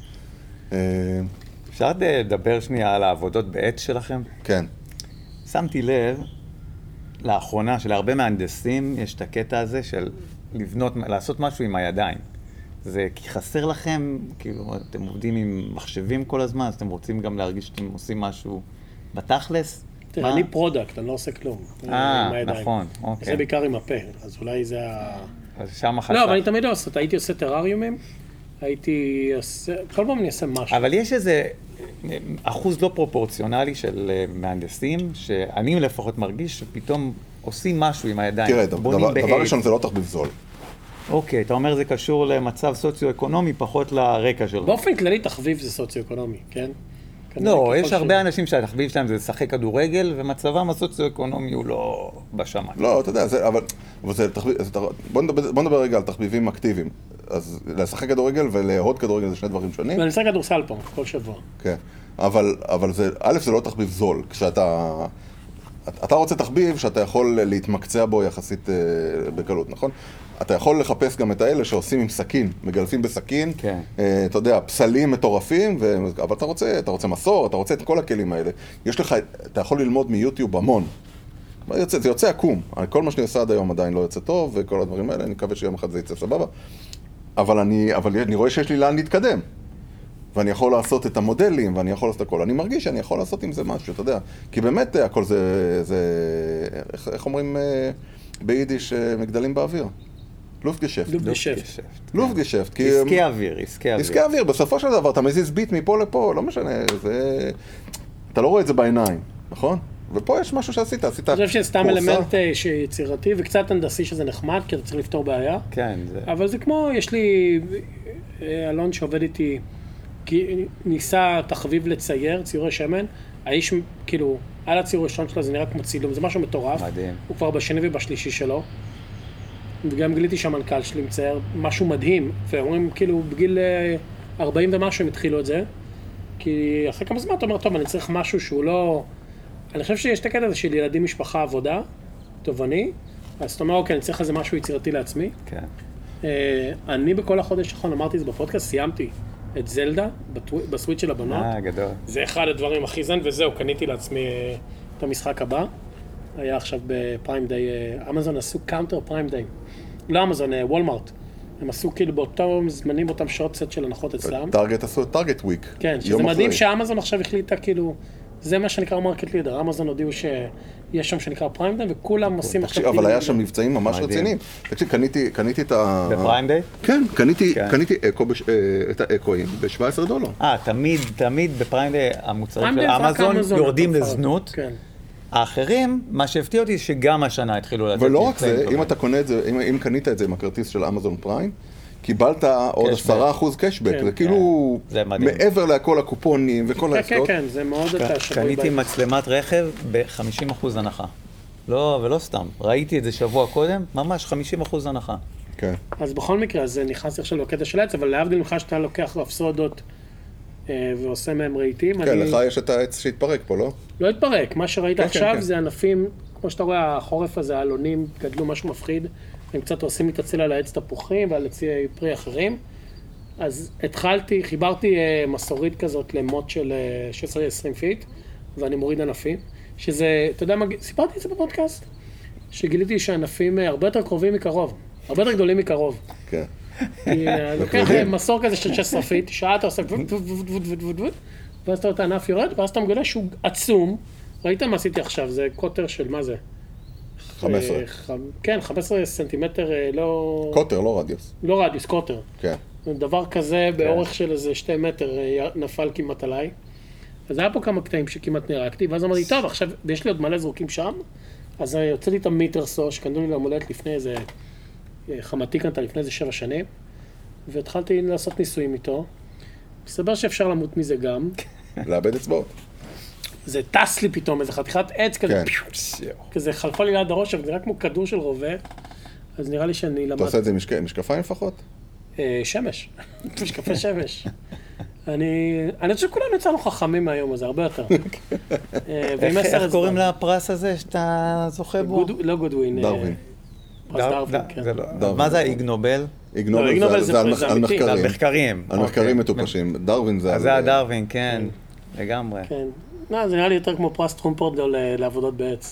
אפשר לדבר שנייה על העבודות בעץ שלכם? כן. שמתי לב, לאחרונה, שלהרבה מהנדסים יש את הקטע הזה של לבנות, לעשות משהו עם הידיים. זה כי חסר לכם, כאילו, אתם עובדים עם מחשבים כל הזמן, אז אתם רוצים גם להרגיש שאתם עושים משהו בתכלס? תראה, אני פרודקט, אני לא עושה כלום. נכון, אוקיי. זה בעיקר עם הפה, אז אולי זה אז שם חסר. לא, אבל אני תמיד עושה, הייתי עושה טראריומים, הייתי עושה, כל פעם אני עושה משהו. אבל יש איזה אחוז לא פרופורציונלי של מהנדסים, שאני לפחות מרגיש שפתאום עושים משהו עם הידיים. תראה, דבר ראשון זה לא תחביב זול. אוקיי, אתה אומר זה קשור למצב סוציו-אקונומי, פחות לרקע שלו. באופן כללי תחביב זה סוציו-אקונומי, כן? לא, יש הרבה אנשים שהתחביב שלהם זה לשחק כדורגל, ומצבם הסוציו-אקונומי הוא לא בשמיים. לא, אתה יודע, אבל זה תחביב, בוא נדבר רגע על תחביבים אקטיביים. אז לשחק כדורגל ולהוד כדורגל זה שני דברים שונים. ואני משחק כדורסל פה, כל שבוע. כן, אבל זה, א', זה לא תחביב זול. אתה רוצה תחביב שאתה יכול להתמקצע בו יחסית בקלות, נכון? אתה יכול לחפש גם את האלה שעושים עם סכין, מגלפים בסכין, כן. אתה יודע, פסלים מטורפים, אבל אתה רוצה מסור, אתה רוצה את כל הכלים האלה. יש לך, אתה יכול ללמוד מיוטיוב המון. זה יוצא עקום. כל מה שאני עושה עד היום עדיין לא יוצא טוב, וכל הדברים האלה, אני מקווה שיום אחד זה יצא סבבה. אבל אני רואה שיש לי לאן להתקדם. ואני יכול לעשות את המודלים, ואני יכול לעשות הכל. אני מרגיש שאני יכול לעשות עם זה משהו, אתה יודע. כי באמת הכל זה איך אומרים ביידיש מגדלים באוויר? לופטגשפט. לופטגשפט. עסקי אוויר. עסקי אוויר, בסופו של דבר, אתה מזיז ביט מפה לפה, לא משנה, אתה לא רואה את זה בעיניים, נכון? ופה יש משהו שעשית, אני חושב שסתם אלמנט שיצירתי וקצת הנדסי שזה נחמד, כי אתה צריך לפתור בעיה. כן. אבל זה כמו, יש לי אלון שעובד איתי, ניסה תחביב לצייר, ציורי שמן, האיש כאילו, על הציור ראשון שלו זה נראה כמו צילום, זה משהו מטורף. מדהים. הוא כבר בשני ובשלישי שלו. וגם גיליתי שהמנכ"ל שלי מצייר משהו מדהים, ואומרים כאילו בגיל 40 ומשהו הם התחילו את זה, כי אחרי כמה זמן אתה אומר, טוב, אני צריך משהו שהוא לא... אני חושב שיש את הקטע הזה של ילדים, משפחה, עבודה, תובעני, אז אתה אומר, אוקיי, אני צריך איזה משהו יצירתי לעצמי. כן. אני בכל החודש האחרון, אמרתי את זה בפודקאסט, סיימתי את זלדה בסוויץ' של הבנות. גדול. זה אחד הדברים הכי זן, וזהו, קניתי לעצמי את המשחק הבא. היה עכשיו בפריים דיי, אמזון עשו קאונטר פריים דיי. לא אמזון, וולמארט. הם עשו כאילו באותם זמנים, באותם שעות סט של הנחות אצלם. טארגט עשו את טארגט וויק. כן, שזה מדהים שאמזון עכשיו החליטה כאילו, זה מה שנקרא מרקט לידר. אמזון הודיעו שיש שם שנקרא פריים דיי, וכולם עושים עכשיו... אבל היה שם מבצעים ממש רציניים. תקשיב, קניתי את ה... בפריים דיי? כן, קניתי את האקואים ב$17. תמיד בפריים דיי המוצרים של אמזון יורדים לזנות. כן. האחרים, מה שהפתיע אותי שגם השנה התחילו לתת... ולא רק זה, אם אתה קונה את זה, אם קנית את זה עם הכרטיס של אמזון פריים, קיבלת עוד 10% קשבק, זה כאילו מעבר לכל הקופונים וכל העסקאות. כן, זה מאוד אתה שבוי. קניתי מצלמת רכב ב-50% הנחה. לא, ולא סתם. ראיתי את זה שבוע קודם, ממש 50% הנחה. כן. אז בכל מקרה, אז נכנסתי עכשיו לקטע של העץ, אבל להבדיל ממך שאתה לוקח רפסודות ועושה מהם רהיטים. כן, לך יש את העץ שהתפרק פה, לא? לא התפרק, מה שראית עכשיו זה ענפים, כמו שאתה רואה, החורף הזה, העלונים גדלו משהו מפחיד, הם קצת עושים להתעצל על העץ תפוחים ועל עצי פרי אחרים. אז חיברתי מסורית כזאת למוט של 16-20 פיט, ואני מוריד ענפים, שזה, אתה יודע מה, סיפרתי את זה בפודקאסט, שגיליתי שהענפים הרבה יותר קרובים מקרוב, הרבה יותר גדולים מקרוב. כן. לוקח מסור כזה של 16 פיט, שעה אתה עושה ואז אתה רואה את הענף יורד, ואז אתה מגלה שהוא עצום. ראית מה עשיתי עכשיו? זה קוטר של מה זה? 15. כן, 15 סנטימטר, לא... קוטר, לא רדיוס. לא רדיוס, קוטר. כן. דבר כזה באורך של איזה 2 מטר נפל כמעט עליי. אז היה פה כמה קטעים שכמעט נהרגתי, ואז אמרתי, טוב, עכשיו, ויש לי עוד מלא זרוקים שם, אז יוצאתי את המיטרסו, שקנו לי למולדת לפני איזה... חמתי קנתה לפני איזה 7 שנים, והתחלתי לעשות ניסויים איתו. מסתבר שאפשר למות מזה גם. לאבד אצבעות. זה טס לי פתאום, איזה חתיכת עץ כזה, כזה חלפה לי ליד הראש, אבל זה רק כמו כדור של רובה, אז נראה לי שאני למד. אתה עושה את זה עם משקפיים לפחות? שמש, משקפי שמש. אני חושב שכולנו יצאנו חכמים מהיום הזה, הרבה יותר. איך קוראים לפרס הזה שאתה זוכה בו? לא גודווין. דרווין. פרס דרווין, כן. מה זה איג נובל? איג נובל זה על מחקרים. על מחקרים מטופשים. דרווין זה... אז זה הדרווין, כן. לגמרי. כן. זה נראה לי יותר כמו פרס טרומפורד לעבודות בעץ.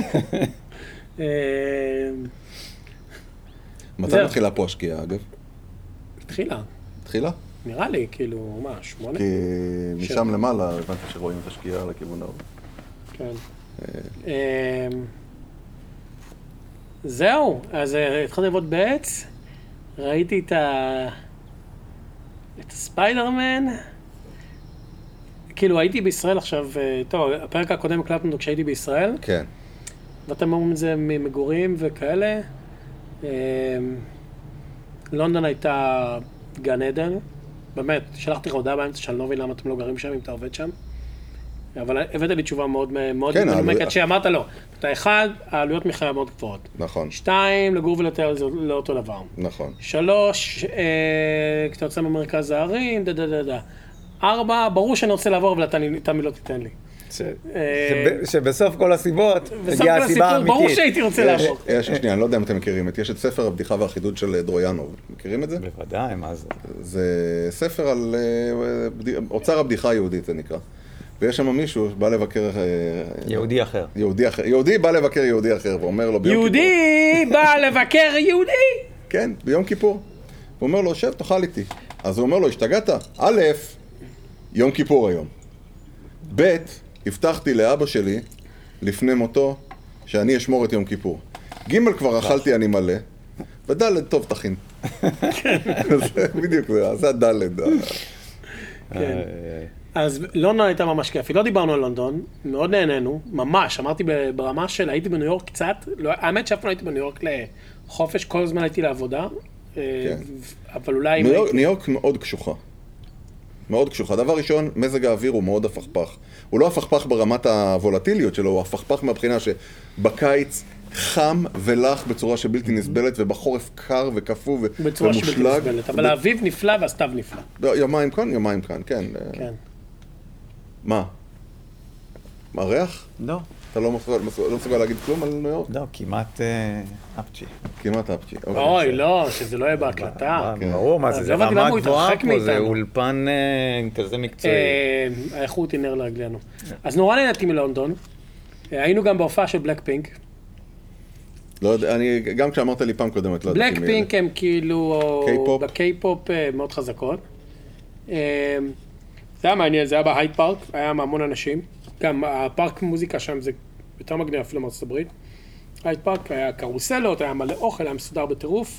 מתי מתחילה פה השקיעה, אגב? התחילה? נראה לי, כאילו, מה, 8? כי משם למעלה הבנתי שרואים את השקיעה לכיוון ההוא. כן. זהו, אז התחלתי לעבוד בעץ, ראיתי את הספיידרמן, כאילו הייתי בישראל עכשיו, טוב, הפרק הקודם הקלטנו כשהייתי בישראל. כן. ואתם אומרים את זה ממגורים וכאלה. לונדון הייתה גן עדן. באמת, שלחתי לך הודעה באמצע שאני לא מבין למה אתם לא גרים שם אם אתה עובד שם. אבל הבאת לי תשובה מאוד מנומקת שאמרת לא. אתה אחד, העלויות מחיה מאוד גבוהות. נכון. 2, לגור ולטייל זה לא אותו דבר. נכון. 3, כשאתה יוצא ממרכז הערים, 4, ברור שאני רוצה לעבור, אבל אתה לא תיתן לי. שבסוף כל הסיבות הגיעה הסיבה האמיתית. ברור שהייתי רוצה לעבור. שנייה, אני לא יודע אם אתם מכירים את, יש את ספר הבדיחה והחידוד של דרויאנוב. מכירים את זה? בוודאי, מה זה? זה ספר על אוצר הבדיחה היהודית, זה נקרא. ויש שם מישהו שבא לבקר... יהודי אחר. יהודי בא לבקר יהודי אחר, ואומר לו ביום כיפור. יהודי בא לבקר יהודי! כן, ביום כיפור. הוא אומר לו, שב, תאכל איתי. אז הוא אומר לו, השתגעת? א', יום כיפור היום. ב', הבטחתי לאבא שלי, לפני מותו, שאני אשמור את יום כיפור. ג' כבר אכלתי אני מלא, וד' טוב תכין. בדיוק, זה הד'. כן. אז לונדון הייתה ממש כיפי, לא דיברנו על לונדון, מאוד נהנינו, ממש, אמרתי ברמה של הייתי בניו יורק קצת, האמת שאף פעם הייתי בניו יורק לחופש, כל הזמן הייתי לעבודה, אבל אולי... ניו יורק מאוד קשוחה. מאוד קשוחה. דבר ראשון, מזג האוויר הוא מאוד הפכפך. הוא לא הפכפך ברמת הוולטיליות שלו, הוא הפכפך מהבחינה שבקיץ חם ולח בצורה שבלתי נסבלת, ובחורף קר וקפוא ומושלג. בצורה שבלתי נסבלת, אבל האביב נפלא והסתיו נפלא. יומיים כאן, כן. כן. מה? הריח? לא. אתה לא מסוגל להגיד כלום על ניו יורק? לא, כמעט אפצ'י. כמעט אפצ'י. אוי, לא, שזה לא יהיה בהקלטה. ברור, מה זה, זה רמה גבוהה פה, זה אולפן כזה מקצועי. האיכות היא נר לרגלינו. אז נורא נהניתי מלונדון. היינו גם בהופעה של בלק פינק. לא יודע, גם כשאמרת לי פעם קודמת, לא יודעת בלק פינק הם כאילו בקיי-פופ מאוד חזקות. זה היה מעניין, זה היה בהייד פארק, היה המון אנשים. גם הפארק מוזיקה שם זה יותר מגניב אפילו מארצות הברית. הייד פארק היה קרוסלות, היה מלא אוכל, היה מסודר בטירוף.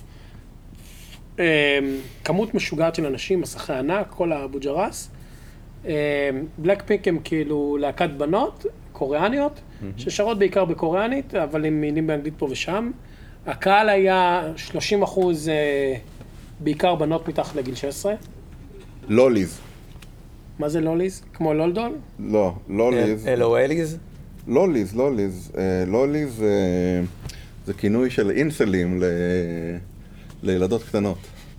כמות משוגעת של אנשים, מסכי ענק, כל הבוג'רס. בלק פינק הם כאילו להקת בנות, קוריאניות, ששרות בעיקר בקוריאנית, אבל הם מילים באנגלית פה ושם. הקהל היה 30% בעיקר בנות מתחת לגיל 16. לוליז. מה זה לוליז? כמו לולדון? לא, לוליז. אלו-אליז? לוליז. לוליז זה כינוי של אינסלים לילדות קטנות.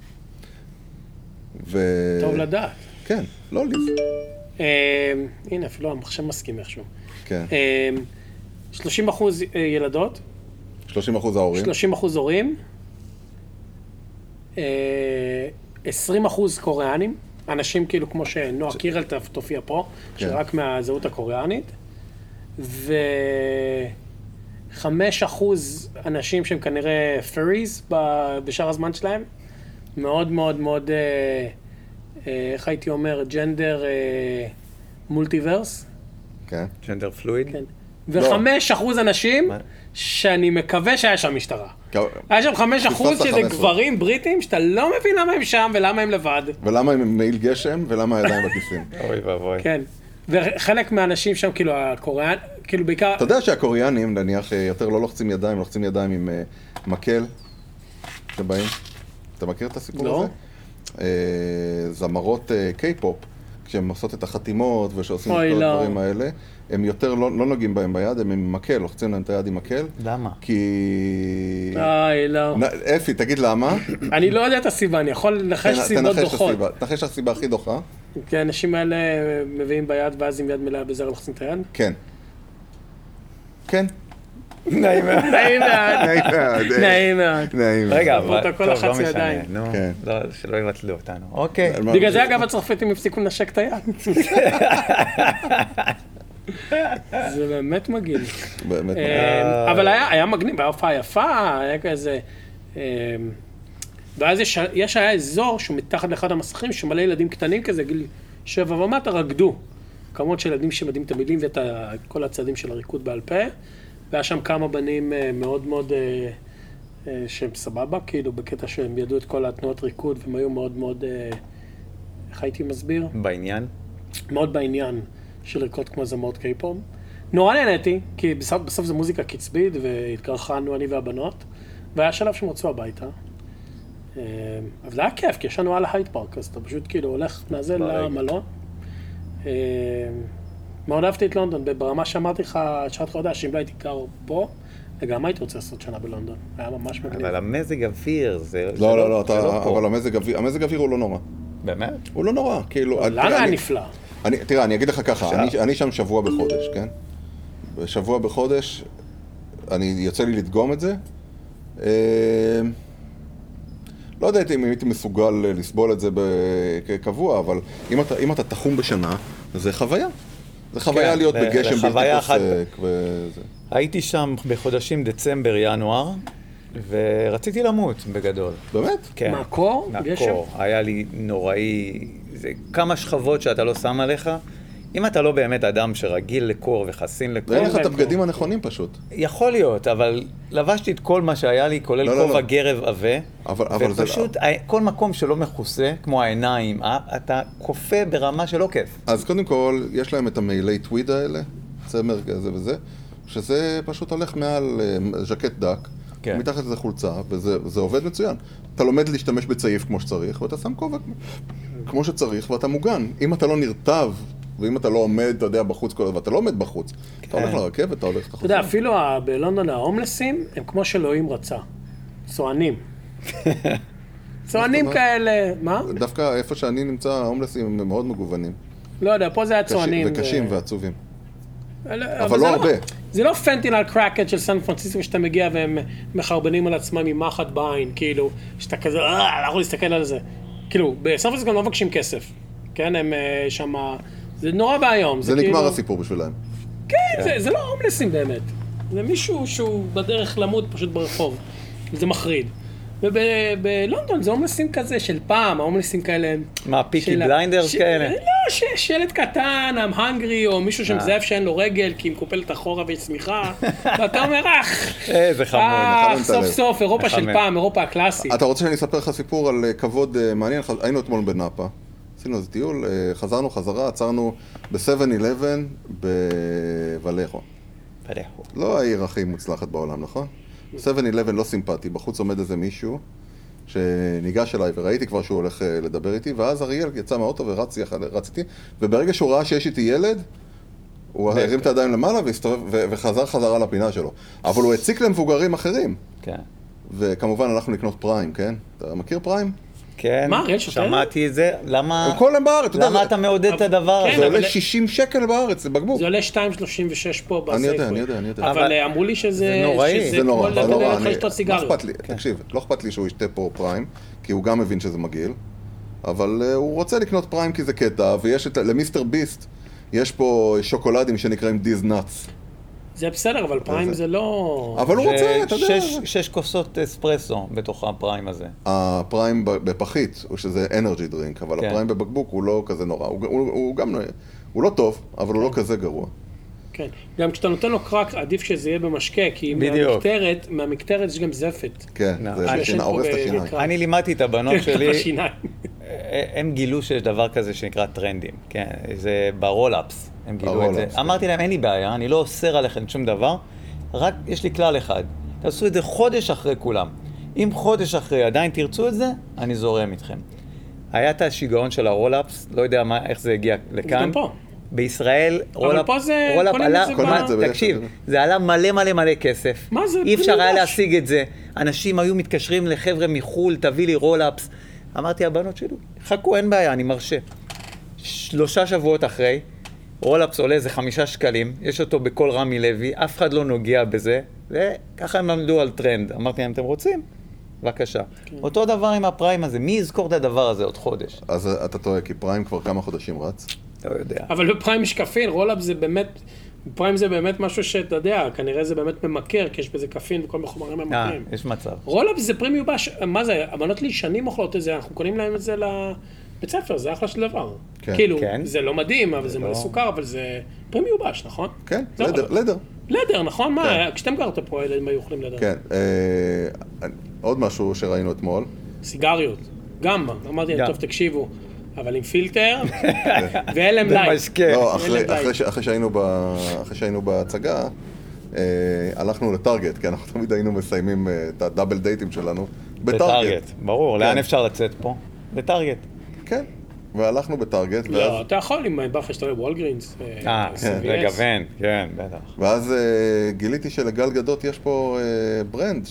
טוב לדעת. כן, לוליז. הנה, אפילו המחשב מסכים איכשהו. כן. 30% ילדות. 30% ההורים. 30% הורים. 20% קוריאנים. אנשים כאילו כמו שנועה קירל תופיע פה, שרק מהזהות הקוריאנית. 5% אנשים שהם כנראה פריז בשאר הזמן שלהם. מאוד מאוד מאוד, איך הייתי אומר, ג'נדר מולטיברס. כן. ג'נדר פלואיד. כן. ו5% אנשים שאני מקווה שהיה שם משטרה. היה שם 5% שזה גברים בריטים שאתה לא מבין למה הם שם ולמה הם לבד. ולמה הם מעיל גשם ולמה הידיים בכיסים. אוי ואבוי. כן. וחלק מהאנשים שם, כאילו הקוריאן, כאילו בעיקר... אתה יודע שהקוריאנים, נניח, יותר לא לוחצים ידיים, לוחצים ידיים עם מקל שבאים. אתה מכיר את הסיפור הזה? זמרות קיי-פופ כשהם עושות את החתימות ושעושים את כל הדברים האלה, הם יותר לא נוגעים בהם ביד, הם עם מקל, לוחצים להם את היד עם מקל. למה? כי... לא. אפי, תגיד למה? אני לא יודע את הסיבה, אני יכול לנחש סיבות דוחות. תנחש הסיבה הכי דוחה. כי האנשים האלה מביאים ביד ואז עם יד מלאה בזר לוחצים את היד? כן. כן. נעים מאוד. נעים מאוד. רגע, פרוטוקול טוב, לא החצי ידיים. משנה, נו, שלא יבטלו אותנו. אוקיי. בגלל זה אגב הצרפתים הפסיקו לנשק את היד. זה באמת מגעיל. באמת. אבל היה מגניב, היה הופעה יפה, היה כזה... ואז היה אזור שהוא מתחת לאחד המסכים, שמלא ילדים קטנים כזה, גיל 7 ומטה, רקדו. כמות של ילדים שמדעים את המילים ואת כל הצעדים של הריקוד בעל פה. והיה שם כמה בנים מאוד מאוד שהם סבבה, כאילו בקטע שהם ידעו את כל התנועות ריקוד, והם היו מאוד מאוד, איך הייתי מסביר? בעניין? מאוד בעניין של ריקוד כמו זמרות קיי-פופ. נורא נהניתי, כי בסוף זה מוזיקה קצבית, והתקרחנו אני והבנות, והיה שלב שהם רצו הביתה. אבל זה היה כיף, כי ישנו על ההייד פארק, אז אתה פשוט כאילו הולך נעזל למלון. מאוד אהבתי את לונדון, ברמה שאמרתי לך, שאת לך יודע, שאם לא הייתי גר פה, גם הייתי רוצה לעשות שנה בלונדון. היה ממש מגניב. אבל המזג אוויר, זה לא, אבל המזג אוויר הוא לא נורא. באמת? הוא לא נורא, כאילו... למה היה נפלא? תראה, אני אגיד לך ככה, אני שם שבוע בחודש, כן? בשבוע בחודש, יוצא לי לדגום את זה. לא יודע אם הייתי מסוגל לסבול את זה כקבוע, אבל אם אתה תחום בשנה, זה חוויה. זה חוויה להיות בגשם בלתי פוסק וזה. הייתי שם בחודשים דצמבר, ינואר, ורציתי למות בגדול. באמת? כן. מהקור? מהקור. היה לי נוראי, זה כמה שכבות שאתה לא שם עליך. אם אתה לא באמת אדם שרגיל לקור וחסין לקור... ואין לך את הבגדים הנכונים פשוט. יכול להיות, אבל לבשתי את כל מה שהיה לי, כולל כובע גרב עבה, ופשוט כל מקום שלא מכוסה, כמו העיניים, אתה קופא ברמה שלא כיף. אז קודם כל, יש להם את המעילי טוויד האלה, צמר כזה וזה, שזה פשוט הולך מעל ז'קט דק, מתחת לזה חולצה, וזה עובד מצוין. אתה לומד להשתמש בצעיף כמו שצריך, ואתה שם כובע כמו שצריך, ואתה מוגן. אם אתה לא נרטב, ואם אתה לא עומד, אתה יודע, בחוץ כל הזמן, ואתה לא עומד בחוץ. אתה הולך לרכבת, אתה הולך... אתה יודע, אפילו בלונדון ההומלסים הם כמו שאלוהים רצה. צוענים. צוענים כאלה, מה? דווקא איפה שאני נמצא, ההומלסים הם מאוד מגוונים. לא יודע, פה זה היה צוענים. וקשים ועצובים. אבל לא הרבה. זה לא פנטינל קראקט של סן פרנסיסקו שאתה מגיע והם מחרבנים על עצמם עם מחט בעין, כאילו, שאתה כזה, אנחנו נסתכל על זה. כאילו, בסן פרנסיסקו הם לא מבקשים כסף. כן, הם שמה... זה נורא והיום. זה נגמר הסיפור בשבילהם. כן, זה לא הומלסים באמת. זה מישהו שהוא בדרך למות פשוט ברחוב. זה מחריד. ובלונדון זה הומלסים כזה של פעם, ההומלסים כאלה... מה, פיקי בליינדרס כאלה? לא, שלט קטן, I'm hungry, או מישהו שמזהב שאין לו רגל, כי היא מקופלת אחורה ויש צמיחה, ואתה אומר, איזה חמוד. סוף סוף, אירופה של פעם, אירופה הקלאסית. אתה רוצה שאני אספר לך סיפור על כבוד מעניין? היינו אתמול בנאפה, עשינו איזה טיול, חזרנו חזרה, עצרנו ב-7-11 בוולחו. לא העיר הכי מוצלחת בעולם, נכון? 7-11 לא סימפטי, בחוץ עומד איזה מישהו שניגש אליי וראיתי כבר שהוא הולך לדבר איתי, ואז אריאל יצא מהאוטו ורץ איתי, וברגע שהוא ראה שיש איתי ילד, הוא הרים את הידיים למעלה וחזר חזרה לפינה שלו. אבל הוא הציק למבוגרים אחרים. כן. וכמובן הלכנו לקנות פריים, כן? אתה מכיר פריים? כן, שמעתי את זה. למה? הם כל הם בארץ. למה אתה מעודד את הדבר הזה? זה עולה 60 שקל בארץ, זה בקבוק. זה עולה 2.36 פה בסייפווי. אני יודע. אבל אמרו לי שזה נוראי. זה נורא. לא תקשיב, לא אכפת לי שהוא ישתה פה פריים, כי הוא גם מבין שזה מגעיל, אבל הוא רוצה לקנות פריים כי זה קטע, ויש למיסטר ביסט, יש פה שוקולדים שנקראים דיז נאטס. זה בסדר, אבל פריים זה לא... אבל הוא רוצה, אתה יודע. 6 כוסות אספרסו בתוך הפריים הזה. הפריים בפחית, הוא שזה אנרג'י דרינק, אבל הפריים בבקבוק הוא לא כזה נורא. הוא לא טוב, אבל הוא לא כזה גרוע. כן, גם כשאתה נותן לו קרק, עדיף שזה יהיה במשקה, כי מהמקטרת יש גם זפת. כן, זה הורס את השיניים. אני לימדתי את הבנות שלי, הם גילו שיש דבר כזה שנקרא טרנדים, כן, זה ברול-אפס, הם גילו את זה. אמרתי להם, אין לי בעיה, אני לא אוסר עליכם שום דבר, רק יש לי כלל אחד, תעשו את זה חודש אחרי כולם. אם חודש אחרי עדיין תרצו את זה, אני זורם איתכם. היה את השיגעון של הרולאפס, לא יודע איך זה הגיע לכאן. גם פה. בישראל, רולאפ עלה, תקשיב, זה עלה מלא כסף. מה זה? אי אפשר היה להשיג את זה. אנשים היו מתקשרים לחבר'ה מחול, תביא לי רולאפס. אמרתי, הבנות שלי, חכו, אין בעיה, אני מרשה. 3 שבועות אחרי, רולאפס עולה איזה 5 שקלים, יש אותו בכל רמי לוי, אף אחד לא נוגע בזה, וככה הם למדו על טרנד. אמרתי, אם אתם רוצים, בבקשה. אותו דבר עם הפריים הזה, מי יזכור את הדבר הזה עוד חודש? אז אתה טועה, כי פריים כבר כמה חודשים רץ. לא יודע. אבל בפריים יש קפין, רולאפ זה באמת, פריים זה באמת משהו שאתה יודע, כנראה זה באמת ממכר, כי יש בזה קפין וכל מיני חומרים ממכרים. יש מצב. רולאפ זה פרי מיובש, מה זה, הבנות לי שנים אוכלות את זה, אנחנו קונים להם את זה לבית ספר, זה אחלה של דבר. כאילו, זה לא מדהים, אבל זה מלא סוכר, אבל זה פרי מיובש, נכון? כן, לדר. לדר, נכון? מה, כשאתם גרת פה, הם היו אוכלים לדר. כן, עוד משהו שראינו אתמול. סיגריות, גם, אמרתי, טוב, תקשיבו. אבל עם פילטר, ואלם לייט. לא, אחרי שהיינו בהצגה, הלכנו לטארגט, כי אנחנו תמיד היינו מסיימים את הדאבל דייטים שלנו בטארגט. ברור, לאן אפשר לצאת פה? לטארגט. כן, והלכנו בטארגט. לא, אתה יכול עם בא לך שאתה רואה וולגרינס, לגוון, כן, בטח. ואז גיליתי שלגל גדות יש פה ברנד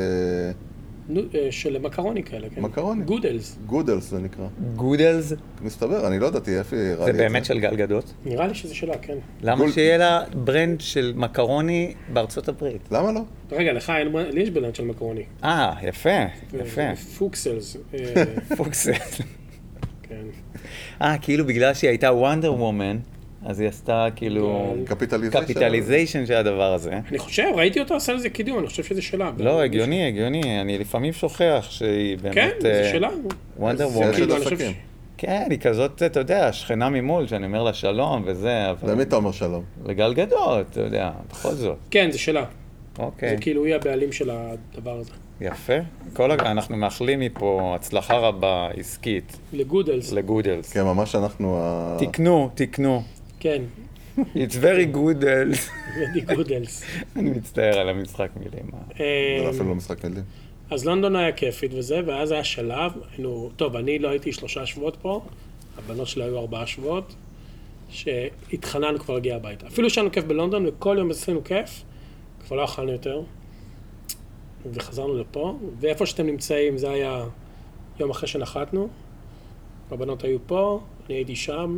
של מקרוני כאלה, כן. מקרוני. גודלס. גודלס זה נקרא. גודלס? מסתבר, אני לא ידעתי איפה היא ראה לי את זה. זה באמת של גל גדות? נראה לי שזה שלה, כן. למה שיהיה לה ברנד של מקרוני בארצות הברית? למה לא? רגע, לך לי יש ברנד של מקרוני. יפה. פוקסלס. פוקסלס. כן. כאילו בגלל שהיא הייתה וונדר וומן, אז היא עשתה כאילו קפיטליזיישן של הדבר הזה. אני חושב, ראיתי אותה עושה לזה קידום, אני חושב שזה שלה. לא, הגיוני, אני לפעמים שוכח שהיא באמת... כן, זה שלה. וונדר וומן. כן, היא כזאת, אתה יודע, שכנה ממול, שאני אומר לה שלום וזה, אבל... למי אתה אומר שלום? לגל גדות, אתה יודע, בכל זאת. כן, זה שלה. אוקיי. זה כאילו היא הבעלים של הדבר הזה. יפה. אנחנו מאחלים מפה הצלחה רבה עסקית. לגודלס. כן, ממש אנחנו... תקנו. כן. It's very good. very goodels. אני מצטער על המשחק מילים. זה אפילו לא משחק מילים. אז לונדון היה כיפית וזה, ואז היה שלב, טוב, אני לא הייתי 3 שבועות פה, הבנות שלי היו 4 שבועות, שהתחננו כבר להגיע הביתה. אפילו שהיינו כיף בלונדון, וכל יום עשינו כיף, כבר לא אכלנו יותר, וחזרנו לפה, ואיפה שאתם נמצאים, זה היה יום אחרי שנחתנו, הבנות היו פה, אני הייתי שם,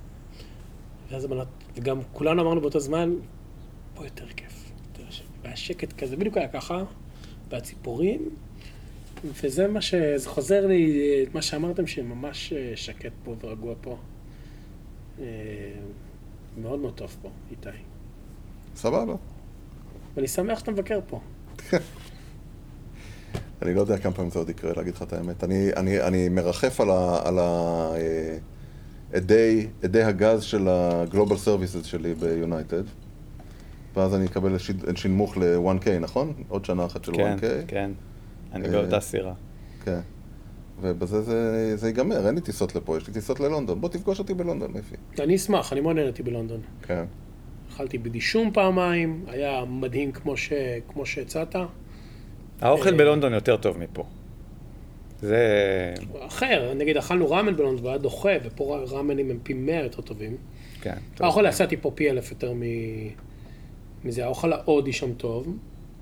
וגם כולנו אמרנו באותו זמן, פה יותר כיף, והיה שקט כזה, בדיוק היה ככה, והציפורים, וזה מה שזה חוזר לי, את מה שאמרתם, שממש שקט פה ורגוע פה. מאוד מאוד טוב פה, איתי. סבבה. ואני שמח שאתה מבקר פה. אני לא יודע כמה פעמים זה עוד יקרה, להגיד לך את האמת. אני מרחף על עדי הגז של ה-Global Services שלי ב-United, ואז אני אקבל שינמוך ל-1K, נכון? עוד שנה אחת של 1K. כן, אני באותה סירה. כן, ובזה זה ייגמר, אין לי טיסות לפה, יש לי טיסות ללונדון. בוא תפגוש אותי בלונדון, איפי. אני אשמח, אני מאוד נהניתי בלונדון. כן. אכלתי בדישום פעמיים, היה מדהים כמו שהצעת. האוכל בלונדון יותר טוב מפה. זה... אחר, נגיד אכלנו ראמן בלונדון והיה דוחה, ופה ראמנים הם פי 100 יותר טובים. כן. האוכל עשיתי פה פי 1000 יותר מזה, האוכל ההודי שם טוב.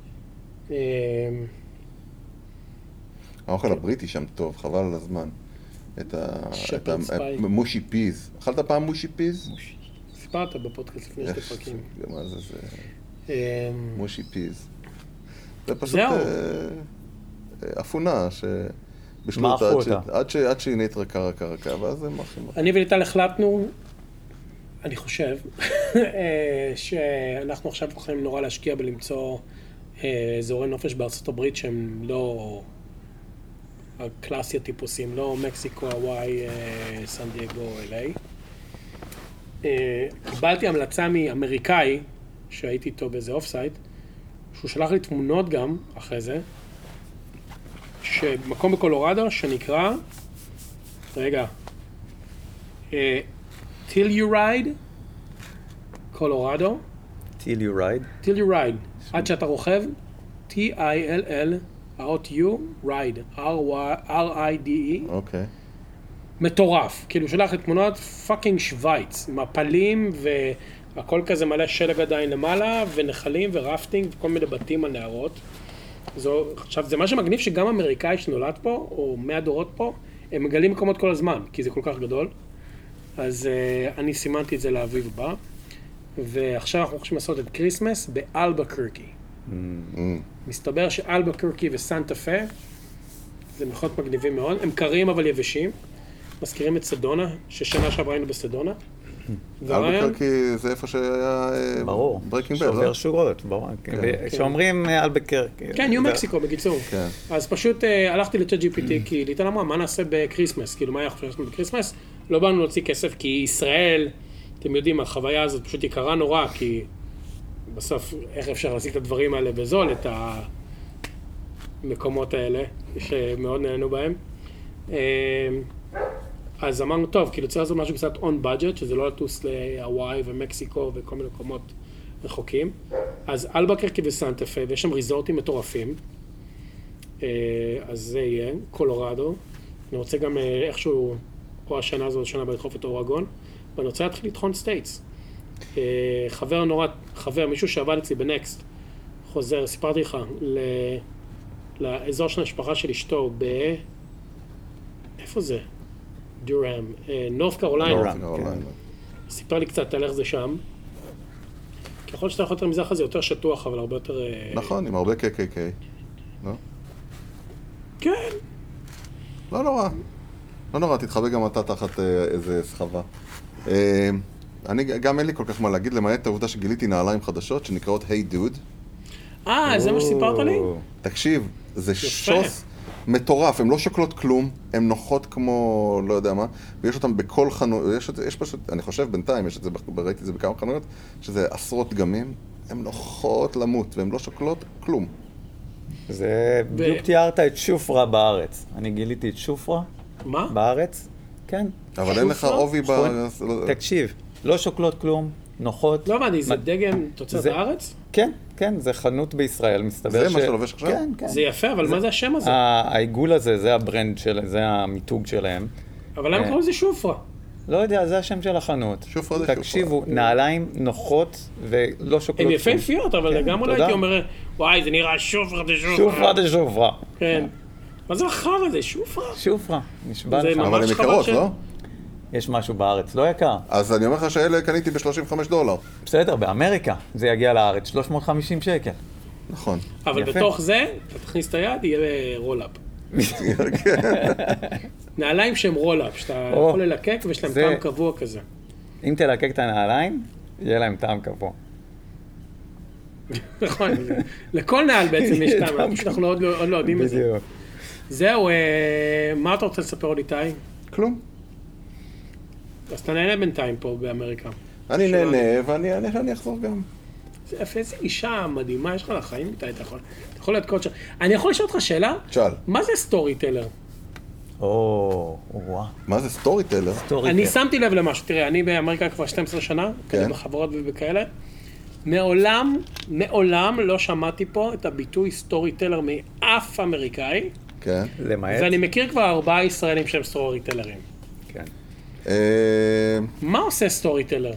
האוכל הבריטי שם טוב, חבל על הזמן. את המושי פיז. אכלת פעם מושי פיז? סיפרת בפודקאסט לפני 2 פרקים. מה זה? מושי פיז. זה פשוט אפונה שבשלוט עד שהיא נהיית רקה, ואז זה מחים. אני וליטל החלטנו, אני חושב, שאנחנו עכשיו יכולים נורא להשקיע בלמצוא אזורי נופש בארצות הברית שהם לא הקלאסי הטיפוסים, לא מקסיקו, הוואי, סן דייגו, LA. קיבלתי המלצה מאמריקאי, שהייתי איתו באיזה אוף-סייט, שהוא שלח לי תמונות גם, אחרי זה, שמקום בקולורדו שנקרא, רגע, Till You Ride, קולורדו. Till You Ride? Till You Ride, עד שאתה רוכב, T-I-L-L, האות U, Ride, R-I-D-E. אוקיי. מטורף. כאילו, שולח את תמונות פאקינג שוויץ, מפלים והכל כזה מלא שלג עדיין למעלה, ונחלים ורפטינג וכל מיני בתים על נהרות. עכשיו, זה מה שמגניב שגם אמריקאי שנולד פה, או 100 דורות פה, הם מגלים מקומות כל הזמן, כי זה כל כך גדול. אז אני סימנתי את זה לאביב הבא, ועכשיו אנחנו הולכים לעשות את קריסמס באלבקרקי. מסתבר שאלבקרקי וסנטה פה, זה מקומות מגניבים מאוד, הם קרים אבל יבשים, מזכירים את סדונה, ששנה שעברה היינו בסדונה. אלבקרקי זה איפה שהיה ברקינג בד, לא? שובר שורות, ברור. שאומרים אלבקרקי. כן, ניו מקסיקו בקיצור. אז פשוט הלכתי ל-ChatGPT, כי ליטל אמרה, מה נעשה בקריסמס? כאילו, מה היה חושב בקריסמס? לא באנו להוציא כסף, כי ישראל, אתם יודעים, החוויה הזאת פשוט יקרה נורא, כי בסוף, איך אפשר להשיג את הדברים האלה בזול, את המקומות האלה, שמאוד נהנו בהם. אז אמרנו, טוב, כאילו צריך לעשות משהו קצת on budget, שזה לא לטוס להוואי ומקסיקו וכל מיני מקומות רחוקים. אז אלבקרקי וסנטה פה, ויש שם ריזורטים מטורפים. אז זה יהיה, קולורדו. אני רוצה גם איכשהו, או השנה הזו, השנה בלדחוף את אורגון, ואני רוצה להתחיל לטחון סטייטס. חבר, מישהו שעבד אצלי בנקסט, חוזר, סיפרתי לך, לאזור של המשפחה של אשתו, איפה זה? דורם, נורת' קרוליינה. סיפר לי קצת על איך זה שם. ככל שאתה יכול יותר מזרח הזה, יותר שטוח, אבל הרבה יותר... נכון, עם הרבה KKK. לא? כן. לא נורא. לא נורא, תתחבא גם אתה תחת איזה סחבה. אני גם אין לי כל כך מה להגיד, למעט העובדה שגיליתי נעליים חדשות שנקראות Hey Dude. זה מה שסיפרת לי? תקשיב, זה שוס מטורף, הן לא שוקלות כלום, הן נוחות כמו לא יודע מה, ויש אותן בכל חנות, יש פשוט, אני חושב בינתיים, ראיתי את זה בכמה חנויות, שזה עשרות דגמים, הן נוחות למות, והן לא שוקלות כלום. זה בדיוק תיארת את שופרה בארץ. אני גיליתי את שופרה. מה? בארץ, כן. אבל אין לך עובי תקשיב, לא שוקלות כלום, נוחות. לא הבנתי, זה דגם תוצרת הארץ? כן, כן, זה חנות בישראל, מסתבר זה מה שאתה לובש עכשיו? כן, כן. זה יפה, אבל מה זה השם הזה? העיגול הזה, זה הברנד שלהם, זה המיתוג שלהם. אבל למה קוראים לזה שופרה? לא יודע, זה השם של החנות. שופרה זה שופרה. תקשיבו, נעליים נוחות ולא שוקלות. הם יפהפיות, אבל גם אולי הייתי אומר, וואי, זה נראה שופרה דה שופרה. שופרה דה שופרה. כן. מה זה אחר הזה? שופרה? שופרה, נשבע לך. אבל הם יקרות, לא? יש משהו בארץ, לא יקר. אז אני אומר לך שאלה קניתי $35. בסדר, באמריקה זה יגיע לארץ, 350 שקל. נכון. אבל בתוך זה, אתה תכניס את היד, יהיה רולאפ. נעליים שהם רולאפ, שאתה יכול ללקק ויש להם טעם קבוע כזה. אם תלקק את הנעליים, יהיה להם טעם קבוע. נכון, לכל נעל בעצם יש טעם, אנחנו עוד לא יודעים את זה. זהו, מה אתה רוצה לספר עוד איתי? כלום. אז אתה נהנה בינתיים פה באמריקה. אני נהנה ואני אחזור גם. איזה אישה מדהימה יש לך לחיים איתי, אתה יכול להיות קודש. אני יכול לשאול אותך שאלה? שאל. מה זה סטורי טלר? מה זה סטורי טלר? אני שמתי לב למשהו, תראה, אני באמריקה כבר 12 שנה, בחברות ובכאלה. מעולם לא שמעתי פה את הביטוי סטורי טלר מאף אמריקאי. כן. למעט. ואני מכיר כבר 4 ישראלים שהם סטורי טלרים. כן. מה עושה סטורי טלר?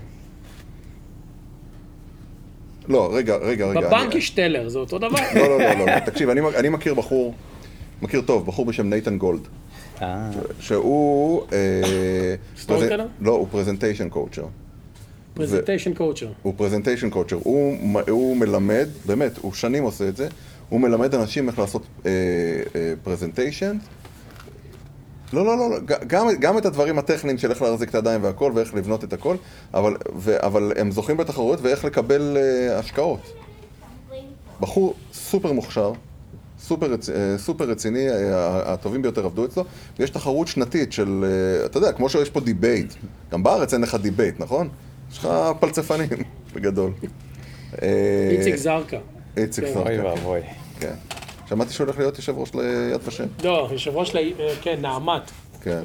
לא, רגע. בבנק יש טלר, זה אותו דבר? לא, תקשיב, אני מכיר טוב, בחור בשם נייתן גולד. שהוא... סטורי טלר? לא, הוא פרזנטיישן קואוצ'ר. פרזנטיישן קואוצ'ר. הוא פרזנטיישן קואוצ'ר. הוא מלמד, באמת, הוא שנים עושה את זה, הוא מלמד אנשים איך לעשות פרזנטיישן. לא, גם את הדברים הטכניים של איך להחזיק את הידיים והכל ואיך לבנות את הכל, אבל הם זוכים בתחרויות ואיך לקבל השקעות. בחור סופר מוכשר, סופר רציני, הטובים ביותר עבדו אצלו, ויש תחרות שנתית של, אתה יודע, כמו שיש פה דיבייט, גם בארץ אין לך דיבייט, נכון? יש לך פלצפנים בגדול. איציק זרקה. איציק זרקה. אוי ואבוי. כן. שמעתי שהוא הולך להיות יושב ראש ליד ושם. לא, יושב ראש כן, נעמת. כן.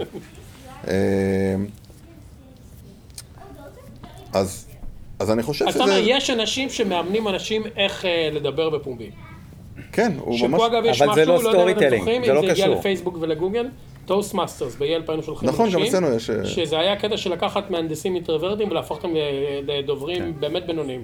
אז אני חושב שזה... אתה אומר, יש אנשים שמאמנים אנשים איך לדבר בפומבי. כן, הוא ממש... שפה אגב יש משהו, לא יודע אם אתם זוכרים, אם זה הגיע לפייסבוק ולגוגל, טוסטמאסטרס, ביל פעמים שולחים נכון, גם אצלנו יש... שזה היה קטע של לקחת מהנדסים אינטרוורטים ולהפוך אותם לדוברים באמת בינוניים.